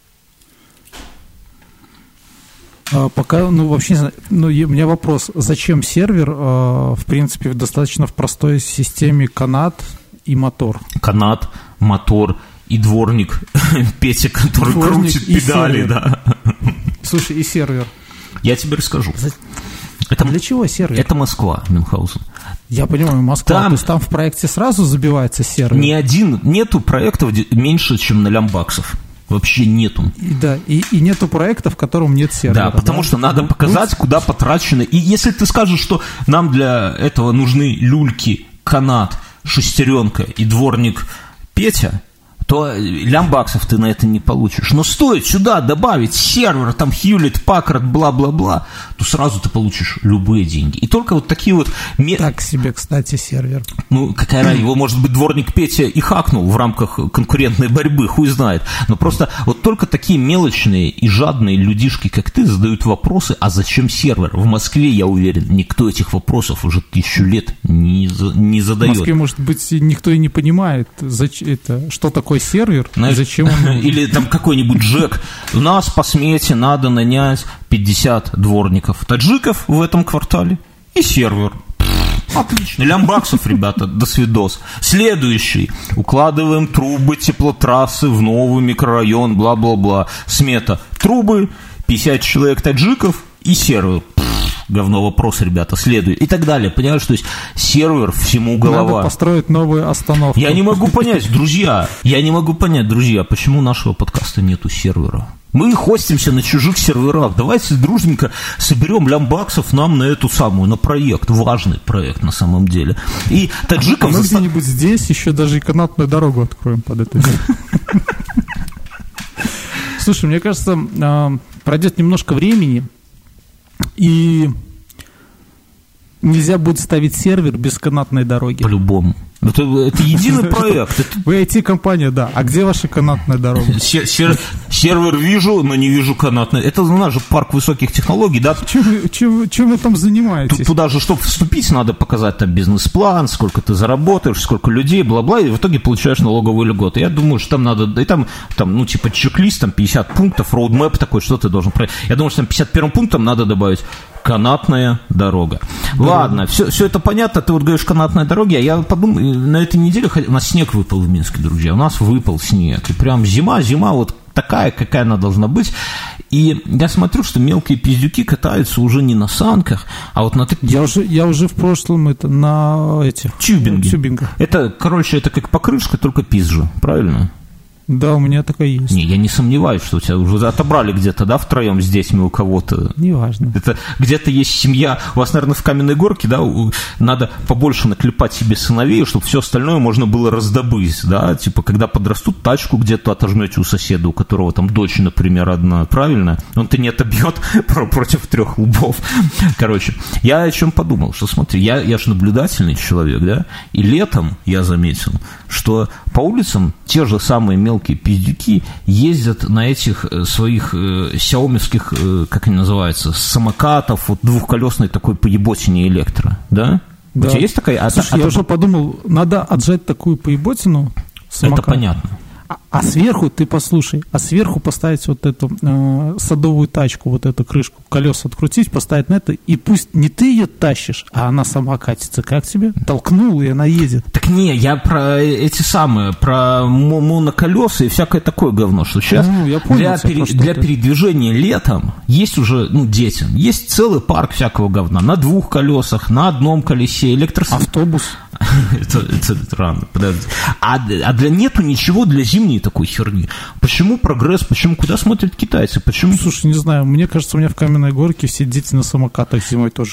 А, пока, ну, вообще, ну, у меня вопрос, зачем сервер, а, в принципе, достаточно в простой системе канат и мотор? Канат, мотор и дворник Петя, который дворник крутит педали, сервер. Да. Слушай, и сервер. Я тебе расскажу. За... Это, Для чего сервер? Это Москва, Мюнхгаузен. Я понимаю, Москва. Там, то есть там в проекте сразу забивается сервер? Ни один, нету проектов меньше, чем на лямбаксов. Вообще нету. И, да, и, и нету проекта, в котором нет сервера. Да, потому да? что надо показать, ну, куда потрачено. И если ты скажешь, что нам для этого нужны люльки, канат, шестеренка и дворник Петя, то лямбаксов ты на это не получишь. Но стоит сюда добавить сервер, там Hewlett Packard, бла-бла-бла, то сразу ты получишь любые деньги. И только вот такие вот... Так себе, кстати, сервер. Ну, какая разница, его, может быть, дворник Петя и хакнул в рамках конкурентной борьбы, хуй знает. Но просто вот только такие мелочные и жадные людишки, как ты, задают вопросы, а зачем сервер? В Москве, я уверен, никто этих вопросов уже тысячу лет не, за, не задает. В Москве, может быть, никто и не понимает, зачем это, что такое сервер, знаешь, зачем он... Или там какой-нибудь Джек. У нас по смете надо нанять пятьдесят дворников таджиков в этом квартале и сервер. Отлично. Лямбаксов, ребята, до свидос. Следующий. Укладываем трубы теплотрассы в новый микрорайон, бла-бла-бла. Смета. Трубы, пятьдесят человек таджиков и сервер. Говно вопрос, ребята, следует. И так далее. Понимаешь, то есть сервер всему голова. Надо построить новую остановку. Я не могу понять, друзья, я не могу понять, друзья, почему нашего подкаста нету сервера. Мы хостимся на чужих серверах. Давайте дружненько соберем лямбаксов нам на эту самую, на проект. Важный проект на самом деле. И таджиков... А мы заста... где-нибудь здесь еще даже и канатную дорогу откроем под это. Слушай, мне кажется, пройдет немножко времени, и нельзя будет ставить сервер без канатной дороги. По-любому. Это, это единый проект. Это... Вы ай ти-компания, да. А где ваша канатная дорога? Сер- сервер вижу, но не вижу канатной. Это, у нас же парк высоких технологий, да? Чем, чем, чем вы там занимаетесь? Туда же, чтобы вступить, надо показать там бизнес-план, сколько ты заработаешь, сколько людей, бла-бла, и в итоге получаешь налоговую льготу. Я думаю, что там надо, и там, там ну, типа чек-лист, там пятьдесят пунктов, роудмэп такой, что ты должен пройти. Я думаю, что там пятьдесят первым пунктом надо добавить канатная дорога. Дорога. Ладно, все, все это понятно, ты вот говоришь канатная дорога, а я подумал, на этой неделе у нас снег выпал в Минске, друзья, у нас выпал снег, и прям зима, зима вот такая, какая она должна быть, и я смотрю, что мелкие пиздюки катаются уже не на санках, а вот на... Я уже, я уже в прошлом это на этих... Тюбинги. Тюбингах. Это, короче, это как покрышка, только пизжа, правильно? Да, у меня такая есть. Не, я не сомневаюсь, что у тебя уже отобрали где-то, да, втроем с детьми у кого-то. Неважно. Это где-то есть семья. У вас, наверное, в Каменной Горке, да, надо побольше наклепать себе сыновей, чтобы все остальное можно было раздобыть, да, типа, когда подрастут, тачку где-то отожмете у соседа, у которого там дочь, например, одна, правильно? Он-то не отобьет против трех лбов. Короче, я о чем подумал, что смотри, я, я же наблюдательный человек, да, и летом я заметил, что по улицам те же самые мелкие мелкие пиздюки ездят на этих своих э, сяомевских, э, как они называются, самокатов, вот двухколесной такой поеботине электро, да? Да. У тебя есть такая? А, Слушай, а, я а, уже подумал, надо отжать такую поеботину самокат. Это понятно. А, а сверху, ты послушай, а сверху поставить вот эту э, садовую тачку, вот эту крышку, колеса открутить, поставить на это, и пусть не ты ее тащишь, а она сама катится. Как тебе? Толкнул, и она едет. Так не, я про эти самые, про моноколеса и всякое такое говно, что сейчас ну, я понял, для, пере, для передвижения летом есть уже, ну, детям, есть целый парк всякого говна, на двух колесах, на одном колесе, электросамокат. Автобус. это, это, это рано, подожди. А, а для нету ничего для зимней такой херни. Почему прогресс, почему, куда смотрят китайцы, почему... Слушай, не знаю, мне кажется, у меня в Каменной Горке все дети на самокатах зимой тоже.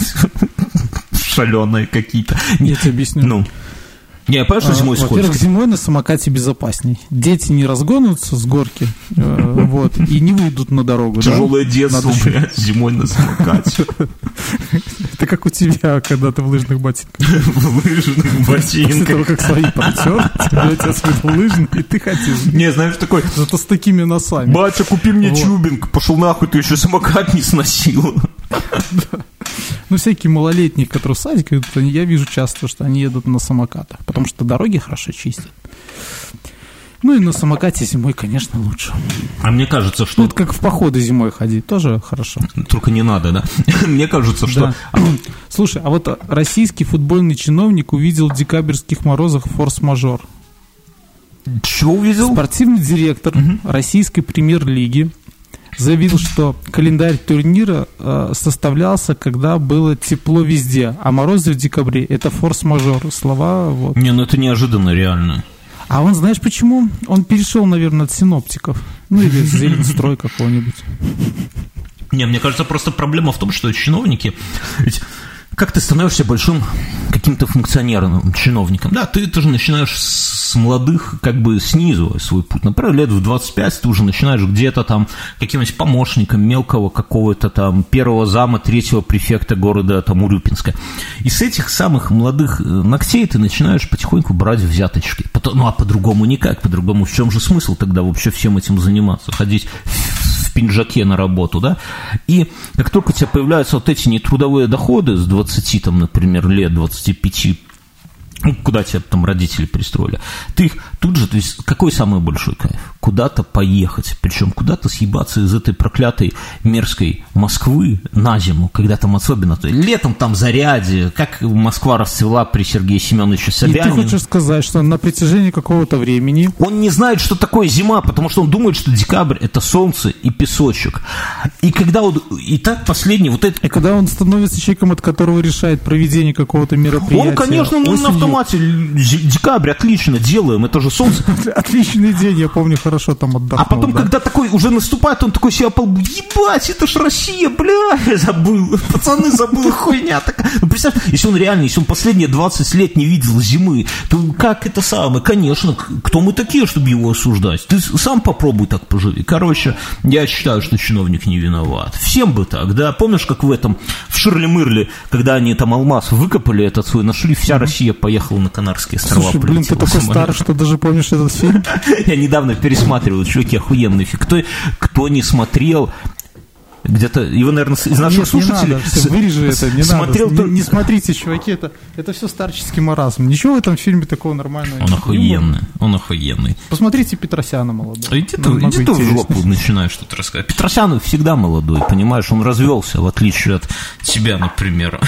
Шаленые какие-то. Я тебе объясню. Ну. Не, я понимаю, что зимой скользко. Во-первых, зимой на самокате безопасней. Дети не разгонятся с горки, э, вот, и не выйдут на дорогу. Тяжелое да? детство, блядь, зимой на самокате. Это как у тебя, когда ты в лыжных ботинках. В лыжных ботинках. После того, как свои протер, тебе отец выдал лыжные, и ты хотел. Не, знаешь, такой... Зато с такими носами. Батя, купи мне чубинг. Пошел нахуй, ты еще самокат не сносил. Ну, всякие малолетние, которые в садик идут, я вижу часто, что они едут на самокатах, потому что дороги хорошо чистят. Ну, и на самокате зимой, конечно, лучше. А мне кажется, что... Ну, это как в походы зимой ходить, тоже хорошо. Только не надо, да? Мне кажется, что... Да. Слушай, а вот российский футбольный чиновник увидел в декабрьских морозах форс-мажор. Чего увидел? Спортивный директор угу. российской премьер-лиги заявил, что календарь турнира э, составлялся, когда было тепло везде, а морозы в декабре – это форс-мажор. Слова вот. Не, ну это неожиданно, реально. А он, знаешь почему? Он перешел, наверное, от синоптиков. Ну или Зеленстрой какого-нибудь. Не, мне кажется, просто проблема в том, что чиновники... Ведь как ты становишься большим каким-то функционером, чиновником? Да, ты, ты же начинаешь с молодых, как бы снизу свой путь. Например, лет в двадцать пять ты уже начинаешь где-то там каким-нибудь помощником мелкого какого-то там первого зама, третьего префекта города там Урюпинска. И с этих самых молодых ногтей ты начинаешь потихоньку брать взяточки. Потом, ну а по-другому никак, по-другому в чем же смысл тогда вообще всем этим заниматься? Ходить в пинжаке на работу, да? И как только у тебя появляются вот эти нетрудовые доходы с двадцати, там, например, лет, двадцати пяти, ну, куда тебя там родители пристроили, ты их тут же, то есть, какой самый большой кайф? Куда-то поехать, причем куда-то съебаться из этой проклятой мерзкой Москвы на зиму, когда там особенно, то летом там заряде, как Москва расцвела при Сергее Семеновиче Собянине. И ты хочешь сказать, что на протяжении какого-то времени... Он не знает, что такое зима, потому что он думает, что декабрь – это солнце и песочек. И когда он... И так последний вот это... И когда он становится человеком, от которого решает проведение какого-то мероприятия... Он, конечно, ну, на автомате. Декабрь, отлично, делаем, это же солнце. Отличный день, я помню, хорошо там отдохнул. А потом, да? когда такой уже наступает, он такой себя полбу, ебать, это ж Россия, бля, забыл, пацаны, забыл, хуйня такая. Ну, представь, если он реально, если он последние двадцать лет не видел зимы, то как это самое, конечно, кто мы такие, чтобы его осуждать? Ты сам попробуй так поживи. Короче, я считаю, что чиновник не виноват. Всем бы так, да, помнишь, как в этом, в Ширли-Мырли, когда они там алмаз выкопали этот свой, нашли, вся mm-hmm. Россия поехала на Канарские острова. Слушай, блин, ты такой старый, что даже помнишь этот фильм? Я недавно пересматривал, чуваки, охуенный фильм. Кто, кто не смотрел, где-то, его, наверное, из наших Нет, слушателей... Не надо, все, вырежи это, не смотрел надо. То... Не, не смотрите, чуваки, это, это все старческий маразм. Ничего в этом фильме такого нормального нет. Он охуенный, он охуенный. Посмотрите Петросяна молодого. А иди ты, иди ты в жопу начинаешь что-то рассказывать. Петросян всегда молодой, понимаешь, он развелся, в отличие от тебя, например.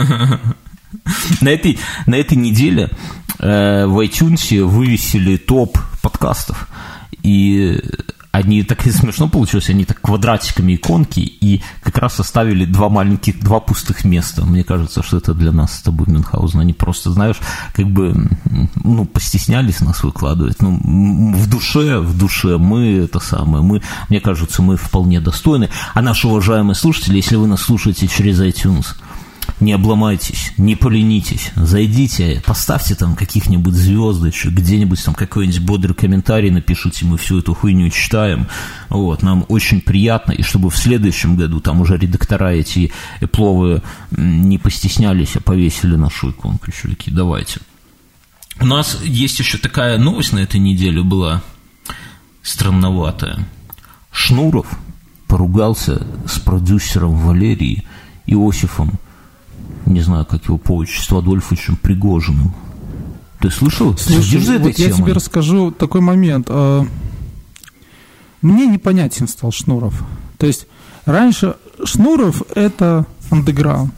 На этой, на этой неделе э, в iTunes вывесили топ подкастов, и они так и смешно получилось, они так квадратиками иконки, и как раз оставили два маленьких, два пустых места. Мне кажется, что это для нас с тобой, Мюнхгаузен. Они просто, знаешь, как бы, ну, постеснялись нас выкладывать. Ну, в душе, в душе мы это самое, мы, мне кажется, мы вполне достойны. А наши уважаемые слушатели, если вы нас слушаете через iTunes, не обломайтесь, не поленитесь, зайдите, поставьте там каких-нибудь звездочек, где-нибудь там какой-нибудь бодрый комментарий напишите, мы всю эту хуйню читаем, вот, нам очень приятно, и чтобы в следующем году там уже редактора эти эпловые не постеснялись, а повесили нашу иконку, чуваки, давайте. У нас есть еще такая новость на этой неделе была, странноватая. Шнуров поругался с продюсером Валерии Иосифом, не знаю, как его по отчеству, Адольфовичем Пригожиным. Ты слышал? Слушай, за этой вот темой? Я тебе расскажу такой момент. Мне непонятен стал Шнуров. То есть раньше Шнуров – это андеграунд.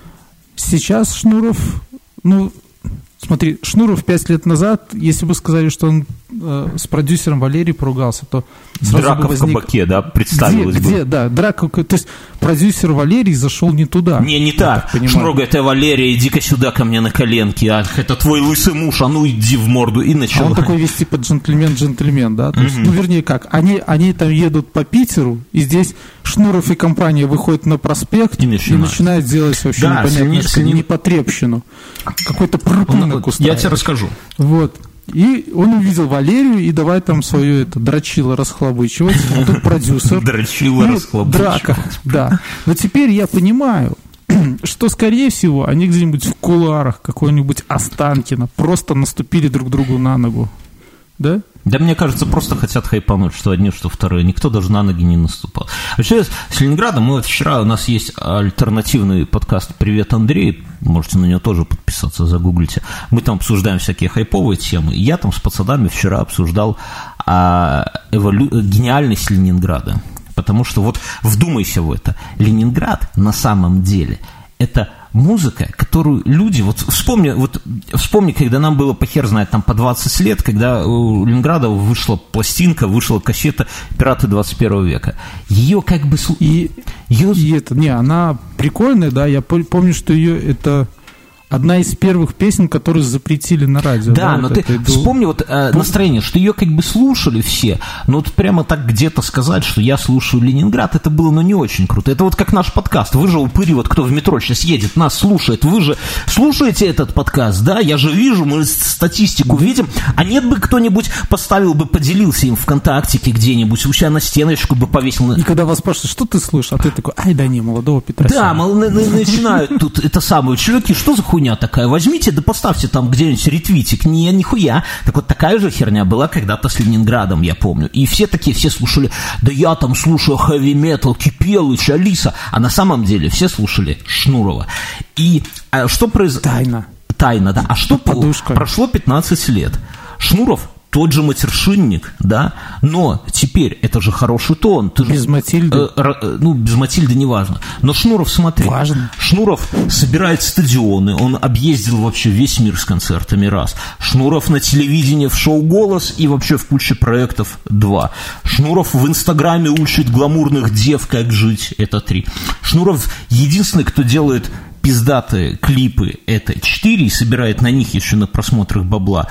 Сейчас Шнуров, ну, смотри, Шнуров пять лет назад, если бы сказали, что он э, с продюсером Валерией поругался, то сразу драка бы возник... в кабаке, да, представилась где, бы. Где, да, драка, то есть продюсер Валерий зашел не туда. Не, не так. так Шнуров говорит: «Э, Валерия, иди-ка сюда ко мне на коленки, а это твой лысый муж, а ну иди в морду». И начал. А он такой весь типа джентльмен-джентльмен, да? То есть, mm-hmm. ну, вернее, как, они, они там едут по Питеру, и здесь Шнуров и компания выходят на проспект и, и начинают делать вообще да, непонятно, непотребщину. Какой-то прыпунок устраивает. Я тебе расскажу. Вот. И он увидел Валерию, и давай там свое это дрочило расхлобычивать. А тут продюсер. Дрочило расхлобычивать. Драка, да. Но теперь я понимаю, что, скорее всего, они где-нибудь в кулуарах какой-нибудь Останкино просто наступили друг другу на ногу. Да? Да, мне кажется, просто хотят хайпануть, что одни, что вторые. Никто даже на ноги не наступал. Вообще, с Ленинградом мы вот вчера, у нас есть альтернативный подкаст «Привет, Андрей». Можете на него тоже подписаться, загуглите. Мы там обсуждаем всякие хайповые темы. Я там с пацанами вчера обсуждал а, эволю... гениальность Ленинграда. Потому что вот вдумайся в это. Ленинград на самом деле это музыка, которую люди, вот вспомни, вот вспомни, когда нам было по хер знает, там по двадцать лет, когда у Ленинграда вышла пластинка, вышла кассета «Пираты двадцать первого века». Ее как бы... И, ее... и это, не, она прикольная, да, я помню, что ее это... Одна из первых песен, которые запретили на радио. Да, да но вот ты это, вспомни вот э, настроение, что ее как бы слушали все, но вот прямо так где-то сказать, что я слушаю Ленинград, это было, ну, не очень круто. Это вот как наш подкаст. Вы же упыри, вот кто в метро сейчас едет, нас слушает, вы же слушаете этот подкаст, да? Я же вижу, мы статистику видим, а нет бы кто-нибудь поставил бы, поделился им ВКонтактике где-нибудь, у себя на стеночку бы повесил. И когда вас спрашивают, что ты слышишь, а ты такой: ай, да не, молодого Петросяна. Да, мол, начинают тут это самое, чуваки, что за хуйня такая? Возьмите, да поставьте там где-нибудь ретвитик. Не, нихуя. Так вот, такая же херня была когда-то с Ленинградом, я помню. И все такие, все слушали: да я там слушаю хэви-метал, Кипелыч, Алиса. А на самом деле все слушали Шнурова. И а что произошло? Тайна. Тайна, да. А что Подушка. Прошло пятнадцать лет. Шнуров тот же матершинник, да, но теперь это же хороший тон. Ты без же, Матильды? Э, э, ну, без Матильды не важно. Но Шнуров, смотри. Важно. Шнуров собирает стадионы, он объездил вообще весь мир с концертами, раз. Шнуров на телевидении в шоу «Голос» и вообще в куче проектов, два. Шнуров в Инстаграме учит гламурных дев, как жить, это три. Шнуров единственный, кто делает пиздатые клипы, это четыре, и собирает на них еще на просмотрах бабла.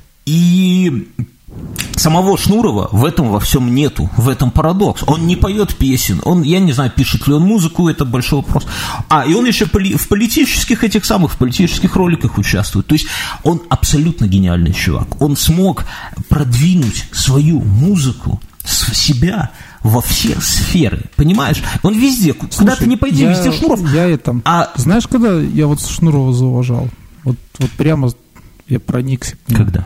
И самого Шнурова в этом во всем нету, в этом парадокс. Он не поет песен, он, я не знаю, пишет ли он музыку, это большой вопрос. А, и он еще поли- в политических этих самых, в политических роликах участвует. То есть он абсолютно гениальный чувак. Он смог продвинуть свою музыку, себя во все сферы, понимаешь? Он везде, Слушай, куда ты не пойди, я, везде Шнуров. Я это, а... Знаешь, когда я вот Шнурова зауважал? Вот, вот прямо я проникся к нему. Когда?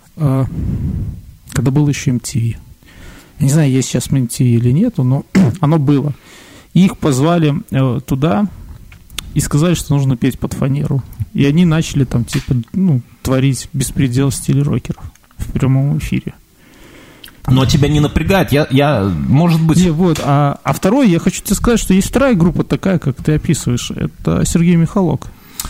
Когда было еще эм ти ви. Я не знаю, есть сейчас эм ти ви или нет, но оно было. И их позвали туда и сказали, что нужно петь под фанеру. И они начали там типа, ну, творить беспредел в стиле рокеров в прямом эфире. Но тебя не напрягает, я, я может быть... Не, вот, а, а второе, я хочу тебе сказать, что есть вторая группа такая, как ты описываешь, это Сергей Михалок.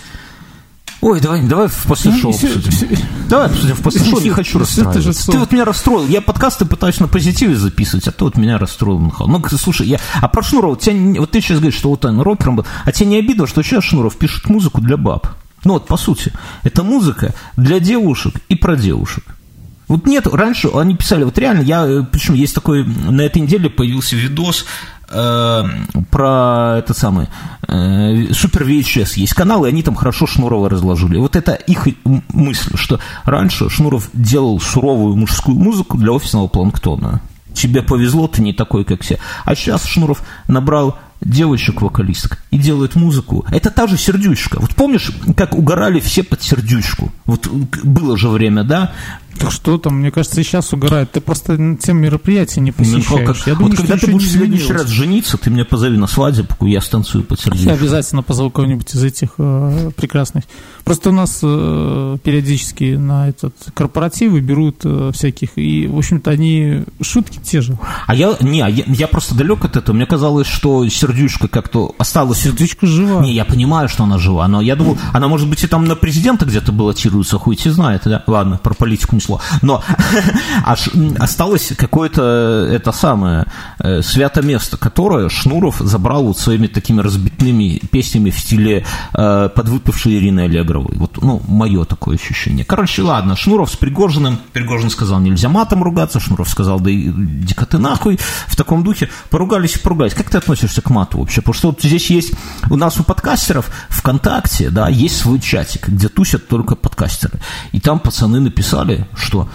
Ой, давай, давай в после шоу обсудим. Все, давай обсудим в после шоу, не хочу расстраиваться. Ты вот меня расстроил. Я подкасты пытаюсь на позитиве записывать, а ты вот меня расстроил, Михаил. Ну, слушай, я... А про Шнурова, тебя... вот ты сейчас говоришь, что вот он рокером был, а тебе не обидно, что сейчас Шнуров пишет музыку для баб? Ну, вот, по сути, это музыка для девушек и про девушек. Вот нет, раньше они писали, вот реально, я, причем есть такой, на этой неделе появился видос э, про этот самый, э, Супер ви эйч эс, есть канал, и они там хорошо Шнурова разложили. Вот это их мысль, что раньше Шнуров делал суровую мужскую музыку для офисного планктона. Тебе повезло, ты не такой, как все. А сейчас Шнуров набрал девочек-вокалисток и делает музыку. Это та же Сердючка. Вот помнишь, как угорали все под Сердючку? Вот было же время, да? Так что там, мне кажется, и сейчас угорают. Ты просто тем мероприятий не посещаешь. Ну, как, я вот думаю, когда ты будешь в следующий раз жениться, ты меня позови на свадебку, я станцую под сердечко. Я обязательно позову кого-нибудь из этих э, прекрасных. Просто у нас э, периодически на этот корпоративы берут э, всяких, и, в общем-то, они шутки те же. А я, не, я, я просто далек от этого. Мне казалось, что Сердючка как-то осталась... Сердючка жива. Не, я понимаю, что она жива, но я думал, она, может быть, и там на президента где-то баллотируется, хуй те знает, да? Ладно, про политику не слово. Но аж осталось какое-то, это самое, э, святое место, которое Шнуров забрал вот своими такими разбитными песнями в стиле э, подвыпившей Ирины Аллегровой. Вот, ну, мое такое ощущение. Короче, ладно, Шнуров с Пригожиным. Пригожин сказал, нельзя матом ругаться. Шнуров сказал, да иди-ка ты нахуй. В таком духе поругались и поругались. Как ты относишься к мату вообще? Потому что вот здесь есть, у нас у подкастеров ВКонтакте, да, есть свой чатик, где тусят только подкастеры. И там пацаны написали, что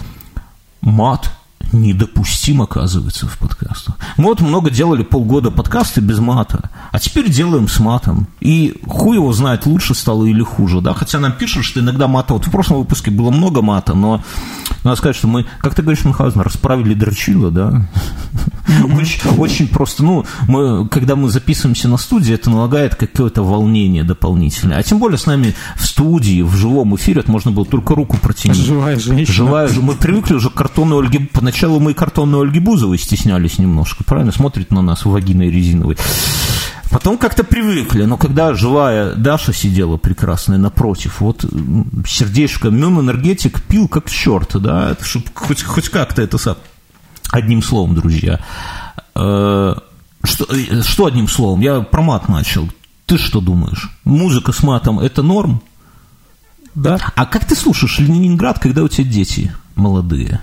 мат недопустим, оказывается, в подкастах. Мы вот много делали полгода подкасты без мата, а теперь делаем с матом. И хуй его знает, лучше стало или хуже, да? Хотя нам пишут, что иногда мата... Вот в прошлом выпуске было много мата, но надо сказать, что мы, как ты говоришь, Мюнхгаузен, расправили дрочило, да? Очень, очень просто, ну, мы, когда мы записываемся на студии, это налагает какое-то волнение дополнительное. А тем более с нами в студии, в живом эфире, это можно было только руку протянуть. Живая женщина. Живая, мы привыкли уже к картонной Ольге... Поначалу мы и картонной Ольги Бузовой стеснялись немножко, правильно? Смотрит на нас вагиной резиновой. Потом как-то привыкли, но когда живая Даша сидела прекрасная напротив, вот сердечко, Мюн-энергетик пил как черт, да, чтобы хоть, хоть как-то это сам... Одним словом, друзья. Что, что одним словом? Я про мат начал. Ты что думаешь? Музыка с матом – это норм? Да. А как ты слушаешь Ленинград, когда у тебя дети молодые?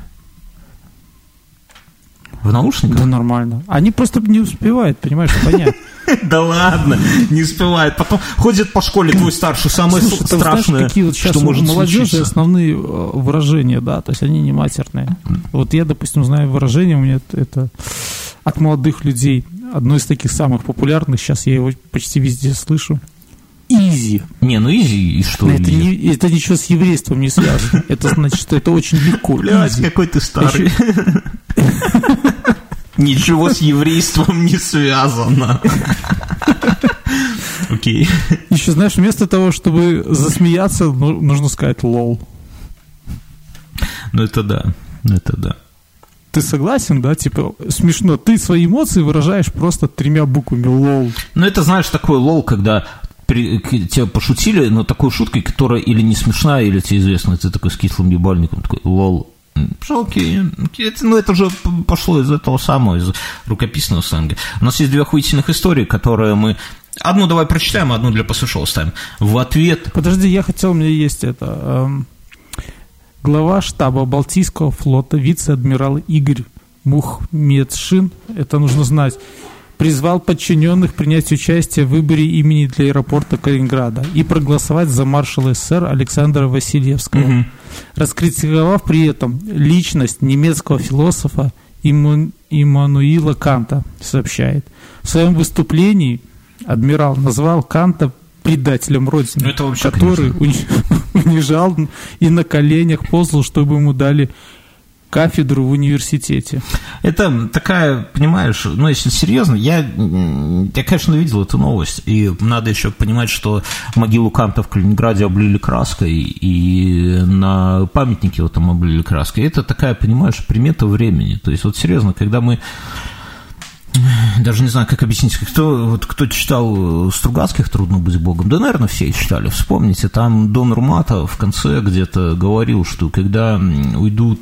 В наушниках? Да нормально. Они просто не успевают, понимаешь, понять. Да ладно, не успевает. Потом ходит по школе твой старший, самое Слушай, страшное, знаешь, какие вот сейчас что может у молодежи случиться. Основные выражения, да, то есть они не матерные. Вот я, допустим, знаю выражение, у меня это от молодых людей. Одно из таких самых популярных, сейчас я его почти везде слышу. Изи. Не, ну изи и что? Это, не, это ничего с еврейством не связано. Это значит, что это очень легко. Блядь, какой ты старый. Ничего с еврейством не связано. Окей. Еще, знаешь, вместо того, чтобы засмеяться, нужно сказать лол. Ну это да, это да. Ты согласен, да? Типа, смешно. Ты свои эмоции выражаешь просто тремя буквами лол. Ну это, знаешь, такой лол, когда при, тебя пошутили, но такой шуткой, которая или не смешная, или тебе известно, ты такой с кислым ебальником, такой лол. Окей, это, ну это же пошло из этого самого, из рукописного сленга. У нас есть две охуительных истории, которые мы... Одну давай прочитаем, а одну для посушего ставим. В ответ... Подожди, я хотел, у меня есть это... Эм, глава штаба Балтийского флота, вице-адмирал Игорь Мухметшин, это нужно знать, призвал подчиненных принять участие в выборе имени для аэропорта Калининграда и проголосовать за маршала СССР Александра Васильевского, угу. раскритиковав при этом личность немецкого философа Имму... Иммануила Канта, сообщает. В своем выступлении адмирал назвал Канта предателем Родины, ну, это вообще, который унижал и на коленях ползал, чтобы ему дали кафедру в университете. Это такая, понимаешь, ну, если серьезно, я, я, конечно, видел эту новость, и надо еще понимать, что могилу Канта в Калининграде облили краской, и на памятнике его там облили краской. Это такая, понимаешь, примета времени. То есть, вот серьезно, когда мы... Даже не знаю, как объяснить, кто, вот, кто читал Стругацких «Трудно быть Богом», да, наверное, все читали, вспомните, там Дон Румата в конце где-то говорил, что когда уйдут,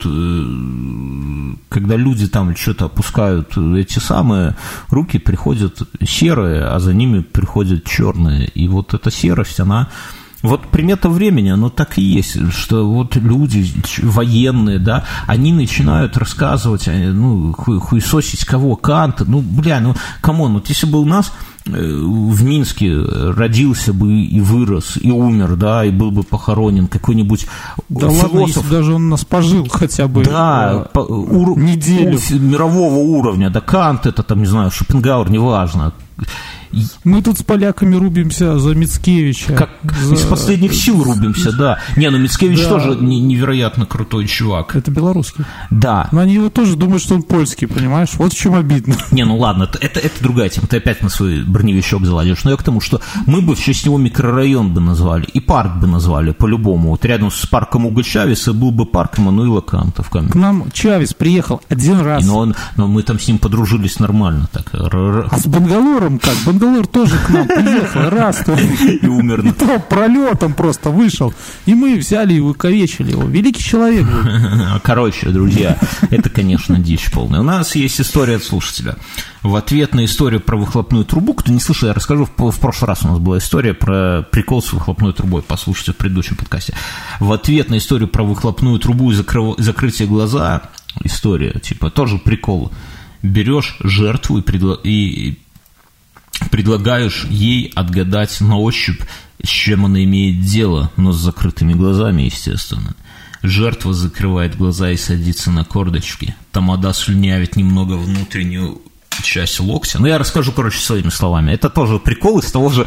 когда люди там что-то опускают, эти самые руки приходят серые, а за ними приходят черные, и вот эта серость, она... Вот примета времени, оно так и есть, что вот люди военные, да, они начинают рассказывать, ну, хуй, хуесосить кого, Канта, ну, бля, ну, камон, вот если бы у нас в Минске родился бы и вырос, и умер, да, и был бы похоронен какой-нибудь да философ. Ладно, если даже он нас пожил хотя бы да, по, ур, неделю. У, мирового уровня, да, Кант, это там, не знаю, Шопенгауэр, неважно. Мы тут с поляками рубимся за Мицкевича. Как за... из последних сил рубимся, да. Не, ну Мицкевич да. тоже невероятно крутой чувак. Это белорусский. Да. Но они его тоже думают, что он польский, понимаешь? Вот в чем обидно. Не, ну ладно, это, это, это другая тема. Ты опять на свой броневичок заладишь. Но я к тому, что мы бы в честь него микрорайон бы назвали. И парк бы назвали по-любому. Вот рядом с парком Уго Чавеса был бы парк Эммануила Канта в Камере. К нам Чавес приехал один раз. Но, он, но мы там с ним подружились нормально. Так. А с Бангалором как? Бангалор тоже к нам приехал раз. И умер. И то пролетом просто вышел. И мы взяли и выковечили его. Великий человек был. Короче, друзья, это, конечно, дичь полная. У нас есть история от слушателя. В ответ на историю про выхлопную трубу, кто не слышал, я расскажу, в, в прошлый раз у нас была история про прикол с выхлопной трубой, послушайте в предыдущем подкасте. В ответ на историю про выхлопную трубу и закры... закрытие глаза, история, типа, тоже прикол. Берешь жертву и, предло... и предлагаешь ей отгадать на ощупь, с чем она имеет дело, но с закрытыми глазами, естественно. Жертва закрывает глаза и садится на корточки. Тамада слюнявит немного внутреннюю часть локтя. Ну, я расскажу, короче, своими словами. Это тоже прикол из того же,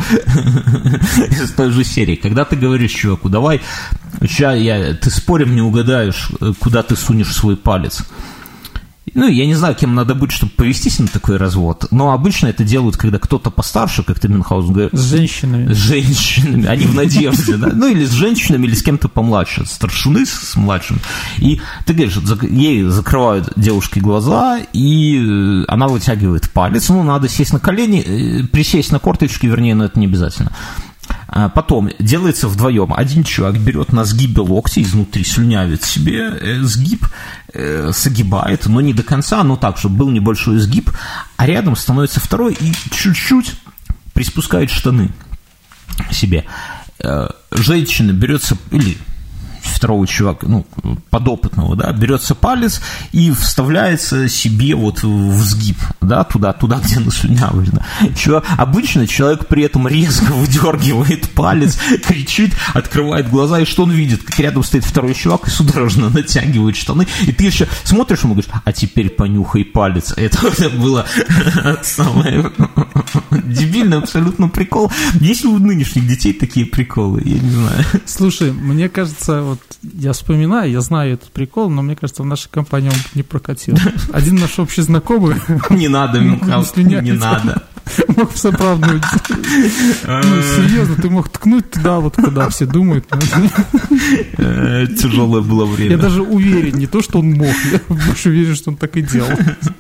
из той же серии. Когда ты говоришь чуваку, давай, сейчас я, ты спорим, не угадаешь, куда ты сунешь свой палец. Ну, я не знаю, кем надо быть, чтобы повестись на такой развод, но обычно это делают, когда кто-то постарше, как ты, Мюнхгаузен, говорит. С женщинами. С женщинами, они в надежде, да? Ну, или с женщинами, или с кем-то помладше, старшины с младшим. И ты говоришь, ей закрывают девушке глаза, и она вытягивает палец, ну, надо сесть на колени, присесть на корточки, вернее, но это не обязательно. Потом делается вдвоем. Один чувак берет на сгибе локтя, изнутри слюнявит себе э, сгиб, э, согибает, но не до конца, но так, чтобы был небольшой сгиб, а рядом становится второй и чуть-чуть приспускает штаны себе. Э, женщина берется, или второго чувака, ну, подопытного, да, берется палец и вставляется себе вот в сгиб, да, туда, туда, где наслюнявлено. Чувак, обычно человек при этом резко выдергивает палец, кричит, открывает глаза, и что он видит? Как рядом стоит второй чувак и судорожно натягивает штаны, и ты еще смотришь ему и говоришь, а теперь понюхай палец. Это, это было самое дебильное абсолютно прикол. Есть ли у нынешних детей такие приколы? Я не знаю. Слушай, мне кажется, вот я вспоминаю, я знаю этот прикол, но мне кажется, в нашей компании он не прокатил. Один наш общий знакомый... Не надо, Мюнхгаузен, не надо. Мог все оправдывать. Ну, серьезно, ты мог ткнуть туда, вот куда все думают. Тяжелое было время. Я даже уверен, не то, что он мог, я больше уверен, что он так и делал.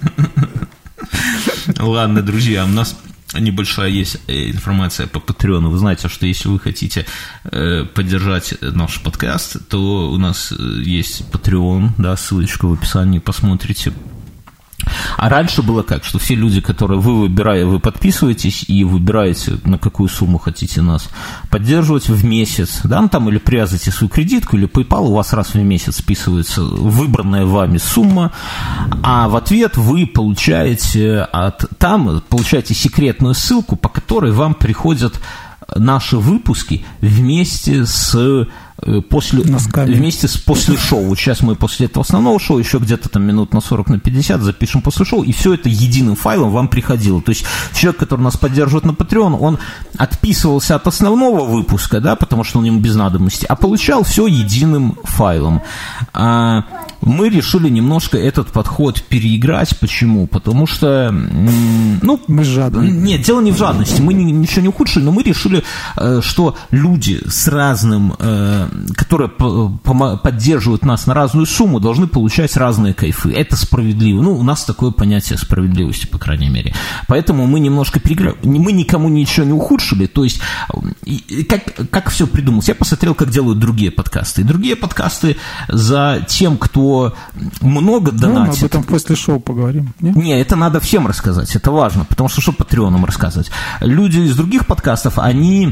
Ладно, друзья, у нас небольшая есть информация по Патреону. Вы знаете, что если вы хотите поддержать наш подкаст, то у нас есть Patreon, да, ссылочка в описании, посмотрите. А раньше было как, что все люди, которые вы выбираете, вы подписываетесь и выбираете, на какую сумму хотите нас поддерживать в месяц, да, ну, там или привязываете свою кредитку, или PayPal, у вас раз в месяц списывается выбранная вами сумма, а в ответ вы получаете от, там получаете секретную ссылку, по которой вам приходят наши выпуски вместе с после, вместе с после шоу. Сейчас мы после этого основного шоу еще где-то там минут на сорок, на пятьдесят запишем после шоу, и все это единым файлом вам приходило. То есть человек, который нас поддерживает на Patreon, он отписывался от основного выпуска, да, потому что он ему без надобности, а получал все единым файлом. А мы решили немножко этот подход переиграть. Почему? Потому что, ну, мы жадные. Нет, дело не в жадности. Мы ничего не ухудшили, но мы решили, что люди с разным, которые поддерживают нас на разную сумму, должны получать разные кайфы. Это справедливо. Ну, у нас такое понятие справедливости, по крайней мере. Поэтому мы немножко переиграли. Мы никому ничего не ухудшили. То есть, как, как все придумалось? Я посмотрел, как делают другие подкасты. И другие подкасты за тем, кто много донатит. Ну, мы об этом после шоу поговорим. Не? не, это надо всем рассказать. Это важно, потому что что Патреонам рассказывать? Люди из других подкастов, они...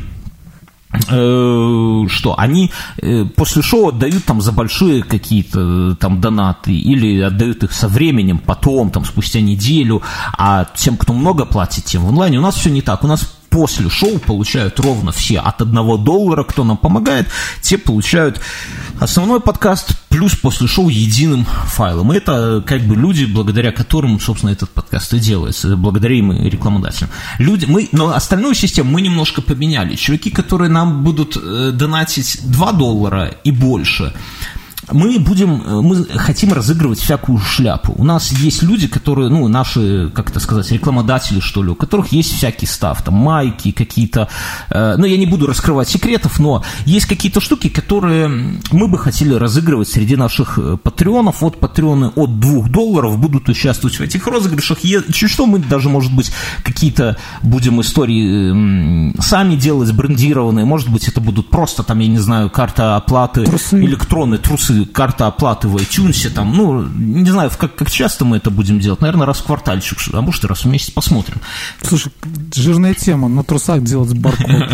что они после шоу отдают там за большие какие-то там донаты или отдают их со временем, потом, там, спустя неделю, а тем, кто много платит, тем в онлайне. У нас все не так. У нас после шоу получают ровно все. От одного доллара, кто нам помогает, те получают основной подкаст плюс после шоу единым файлом. И это как бы люди, благодаря которым, собственно, этот подкаст и делается. Благодаря им и рекламодателям. Люди, мы, но остальную систему мы немножко поменяли. Чуваки, которые нам будут э, донатить два доллара и больше, мы будем, мы хотим разыгрывать всякую шляпу. У нас есть люди, которые, ну, наши, как это сказать, рекламодатели, что ли, у которых есть всякий став, там, майки какие-то, э, ну, я не буду раскрывать секретов, но есть какие-то штуки, которые мы бы хотели разыгрывать среди наших патреонов. Вот патреоны от двух долларов будут участвовать в этих розыгрышах. Чуть что, мы даже, может быть, какие-то будем истории э, сами делать, брендированные, может быть, это будут просто, там, я не знаю, карта оплаты, трусы. Электронные трусы, карта оплаты в iTunes, там, ну, не знаю, как, как часто мы это будем делать, наверное, раз в квартальчик, а может и раз в месяц, посмотрим. Слушай, жирная тема, на трусах делать баркод.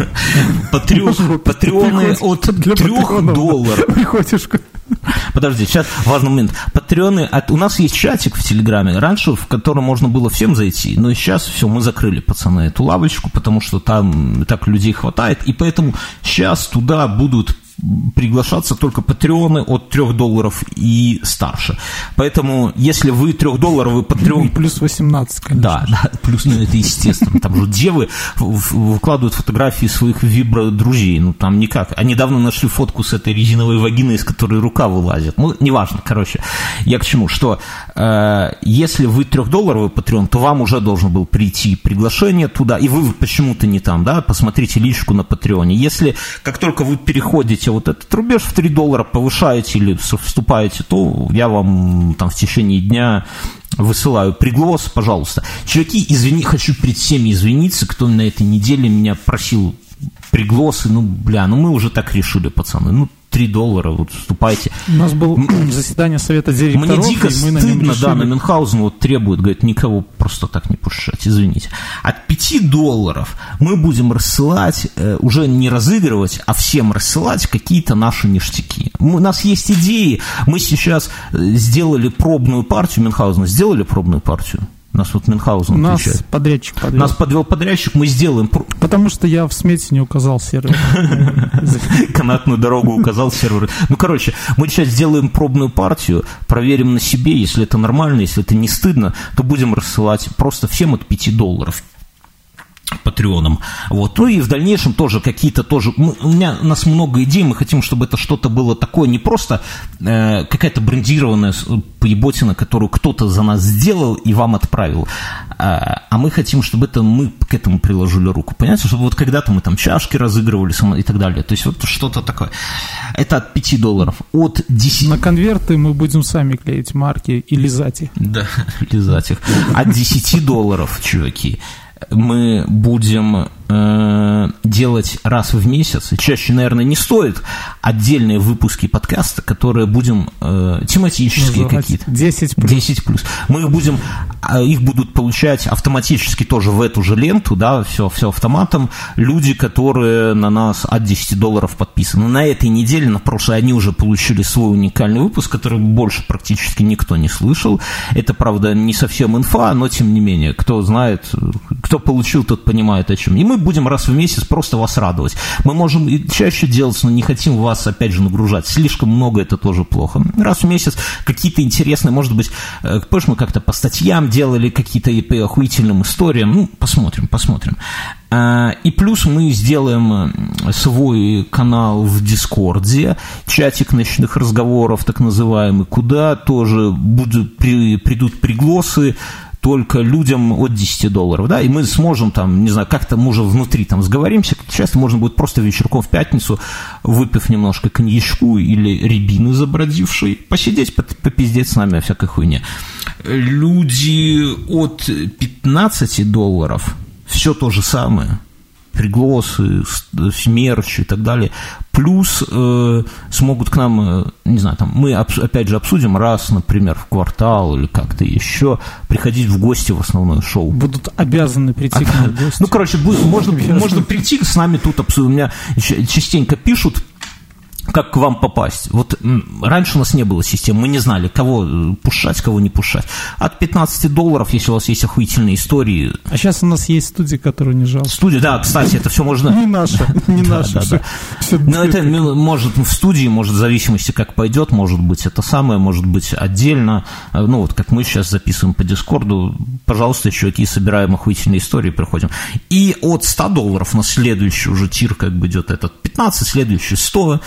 Патреоны от трех долларов. Приходишь... Подожди, сейчас важный момент. Патреоны, от... у нас есть чатик в Телеграме, раньше в котором можно было всем зайти, но сейчас все, мы закрыли, пацаны, эту лавочку, потому что там так людей хватает, и поэтому сейчас туда будут приглашаться только патреоны от трех долларов и старше. Поэтому, если вы трехдолларовый патреон... Плюс восемнадцать, конечно. Да, да, плюс, ну, это естественно. Там же девы выкладывают фотографии своих вибро-друзей. Ну, там никак. А недавно нашли фотку с этой резиновой вагиной, из которой рука вылазит. Ну, неважно, короче. Я к чему? Что э, если вы трехдолларовый патреон, то вам уже должен был прийти приглашение туда, и вы почему-то не там, да? Посмотрите личку на патреоне. Если, как только вы переходите вот этот рубеж в три доллара, повышаете или вступаете, то я вам там в течение дня высылаю приглас, пожалуйста. Чуваки, извини, хочу перед всеми извиниться, кто на этой неделе меня просил пригласы, ну, бля, ну мы уже так решили, пацаны, ну, три доллара, вот вступайте. У нас было заседание совета директоров. Мне дико стыдно, да, на Мюнхгаузен вот требует, говорит, никого просто так не пушать, извините. От пяти долларов мы будем рассылать, э, уже не разыгрывать, а всем рассылать какие-то наши ништяки. Мы, у нас есть идеи, мы сейчас сделали пробную партию, Мюнхгаузена сделали пробную партию. Нас вот Мюнхгаузен У нас отвечает. подрядчик подвел. Нас подвел подрядчик, мы сделаем... Потому что я в смете не указал сервер. Канатную дорогу указал сервер. Ну, короче, мы сейчас сделаем пробную партию, проверим на себе, если это нормально, если это не стыдно, то будем рассылать просто всем от пяти долларов. Патреоном. Вот. Ну и в дальнейшем тоже какие-то тоже... Мы, у меня, у нас много идей, мы хотим, чтобы это что-то было такое, не просто э, какая-то брендированная поеботина, которую кто-то за нас сделал и вам отправил, а, а мы хотим, чтобы это мы к этому приложили руку. Понимаете, чтобы вот когда-то мы там чашки разыгрывали и так далее. То есть вот что-то такое. Это от пяти долларов. От десяти... На конверты мы будем сами клеить марки и лизать их. Да, лизать их. От десяти долларов, чуваки, мы будем э, делать раз в месяц, чаще, наверное, не стоит, отдельные выпуски подкаста, которые будем э, тематические называть какие-то. десять плюс. десять плюс. Мы их будем, их будут получать автоматически тоже в эту же ленту, да, все, все автоматом, люди, которые на нас от десяти долларов подписаны. На этой неделе, на прошлой, они уже получили свой уникальный выпуск, который больше практически никто не слышал. Это, правда, не совсем инфа, но тем не менее, кто знает, кто получил, тот понимает о чем. И мы будем раз в месяц просто вас радовать. Мы можем и чаще делать, но не хотим вас, опять же, нагружать. Слишком много — это тоже плохо. Раз в месяц какие-то интересные, может быть, помнишь, мы как-то по статьям делали, какие-то по охуительным историям. Ну, посмотрим, посмотрим. И плюс мы сделаем свой канал в Дискорде, чатик ночных разговоров, так называемый, куда тоже будут, при, придут пригласы только людям от десяти долларов, да, и мы сможем там, не знаю, как-то мы уже внутри там сговоримся, часто можно будет просто вечерком в пятницу, выпив немножко коньячку или рябины забродившей, посидеть, попиздеть с нами о всякой хуйне. Люди от пятнадцати долларов все то же самое, пригласы, мерч и так далее, плюс э, смогут к нам, э, не знаю, там, мы опять же обсудим раз, например, в квартал или как-то еще, приходить в гости в основное шоу. Будут обязаны прийти а, к нам в гости. Ну, короче, будет, можно, можно прийти с нами тут обсудить. У меня частенько пишут, как к вам попасть? Вот раньше у нас не было системы, мы не знали, кого пушать, кого не пушать. От пятнадцати долларов, если у вас есть охуительные истории. А сейчас у нас есть студия, которую не жалко. Студия, да, кстати, это все можно... Не наша, не наша. Но это может в студии, может в зависимости, как пойдет, может быть это самое, может быть отдельно. Ну вот как мы сейчас записываем по Дискорду, пожалуйста, чуваки, собираем охуительные истории, приходим. И от ста долларов на следующий уже тир как бы идет этот пятнадцать, следующий сто.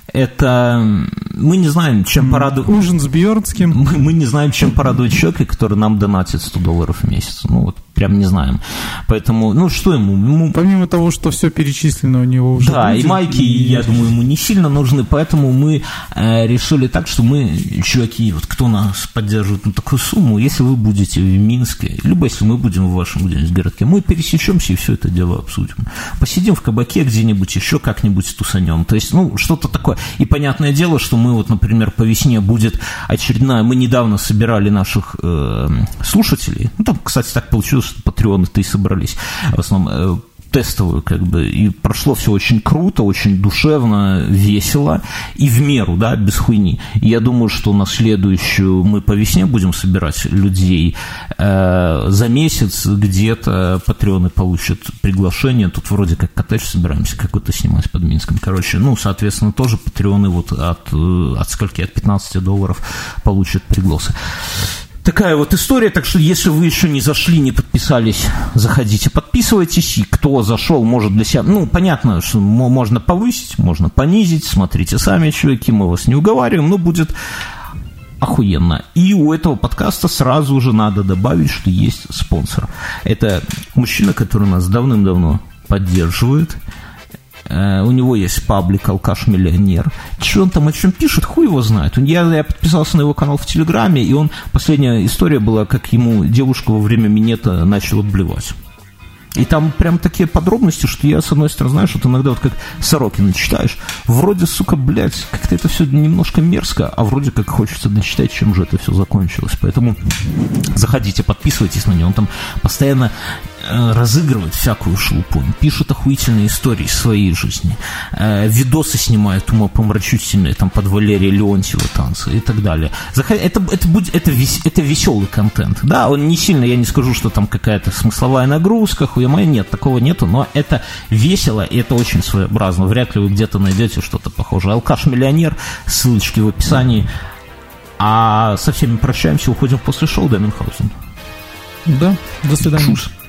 Это мы не знаем, чем порадовать... Ужин с Бьернским. Мы, мы не знаем, чем порадовать человека, который нам донатит сто долларов в месяц. Ну, вот прям не знаем. Поэтому, ну, что ему? ему... Помимо того, что все перечислено у него уже Да, будет, и майки, и... я думаю, ему не сильно нужны, поэтому мы э, решили так, что мы, чуваки, вот кто нас поддерживает на такую сумму, если вы будете в Минске, либо если мы будем в вашем где-нибудь городке, мы пересечемся и все это дело обсудим. Посидим в кабаке где-нибудь, еще как-нибудь тусанем. То есть, ну, что-то такое. И понятное дело, что мы вот, например, по весне будет очередная... Мы недавно собирали наших э, слушателей. Ну, там, кстати, так получилось, что патреоны-то и собрались. В основном э, тестовую, как бы. И прошло все очень круто, очень душевно, весело. И в меру, да, без хуйни. И я думаю, что на следующую мы по весне будем собирать людей. Э, за месяц где-то патреоны получат приглашение. Тут вроде как коттедж собираемся какой-то снимать под Минском. Короче, ну, соответственно, тоже патреоны вот от, от скольки? От пятнадцати долларов получат пригласы. Такая вот история, так что если вы еще не зашли, не подписались, заходите, подписывайтесь, и кто зашел, может для себя, ну, понятно, что можно повысить, можно понизить, смотрите сами, чуваки, мы вас не уговариваем, но будет охуенно. И у этого подкаста сразу же надо добавить, что есть спонсор. Это мужчина, который нас давным-давно поддерживает. Uh, у него есть паблик «Алкаш-миллионер». Что он там о чем пишет, хуй его знает. Я, я подписался на его канал в Телеграме, и он... Последняя история была, как ему девушка во время минета начала блевать. И там прям такие подробности, что я, с одной стороны, знаешь, вот иногда вот как Сорокина читаешь, вроде, сука, блядь, как-то это все немножко мерзко, а вроде как хочется дочитать, чем же это все закончилось. Поэтому заходите, подписывайтесь на него. Он там постоянно разыгрывает всякую шелупонь, пишет охуительные истории своей жизни, э, видосы снимает умопомрачительные, там, под Валерия Леонтьева танцы и так далее. Заход... Это, это, будет, это, вес... это веселый контент. Да, он не сильно, я не скажу, что там какая-то смысловая нагрузка, хуя моя, нет, такого нету, но это весело, и это очень своеобразно. Вряд ли вы где-то найдете что-то похожее. «Алкаш-миллионер», ссылочки в описании. А со всеми прощаемся, уходим после шоу. Даменхаузен. Да, до свидания. Чус.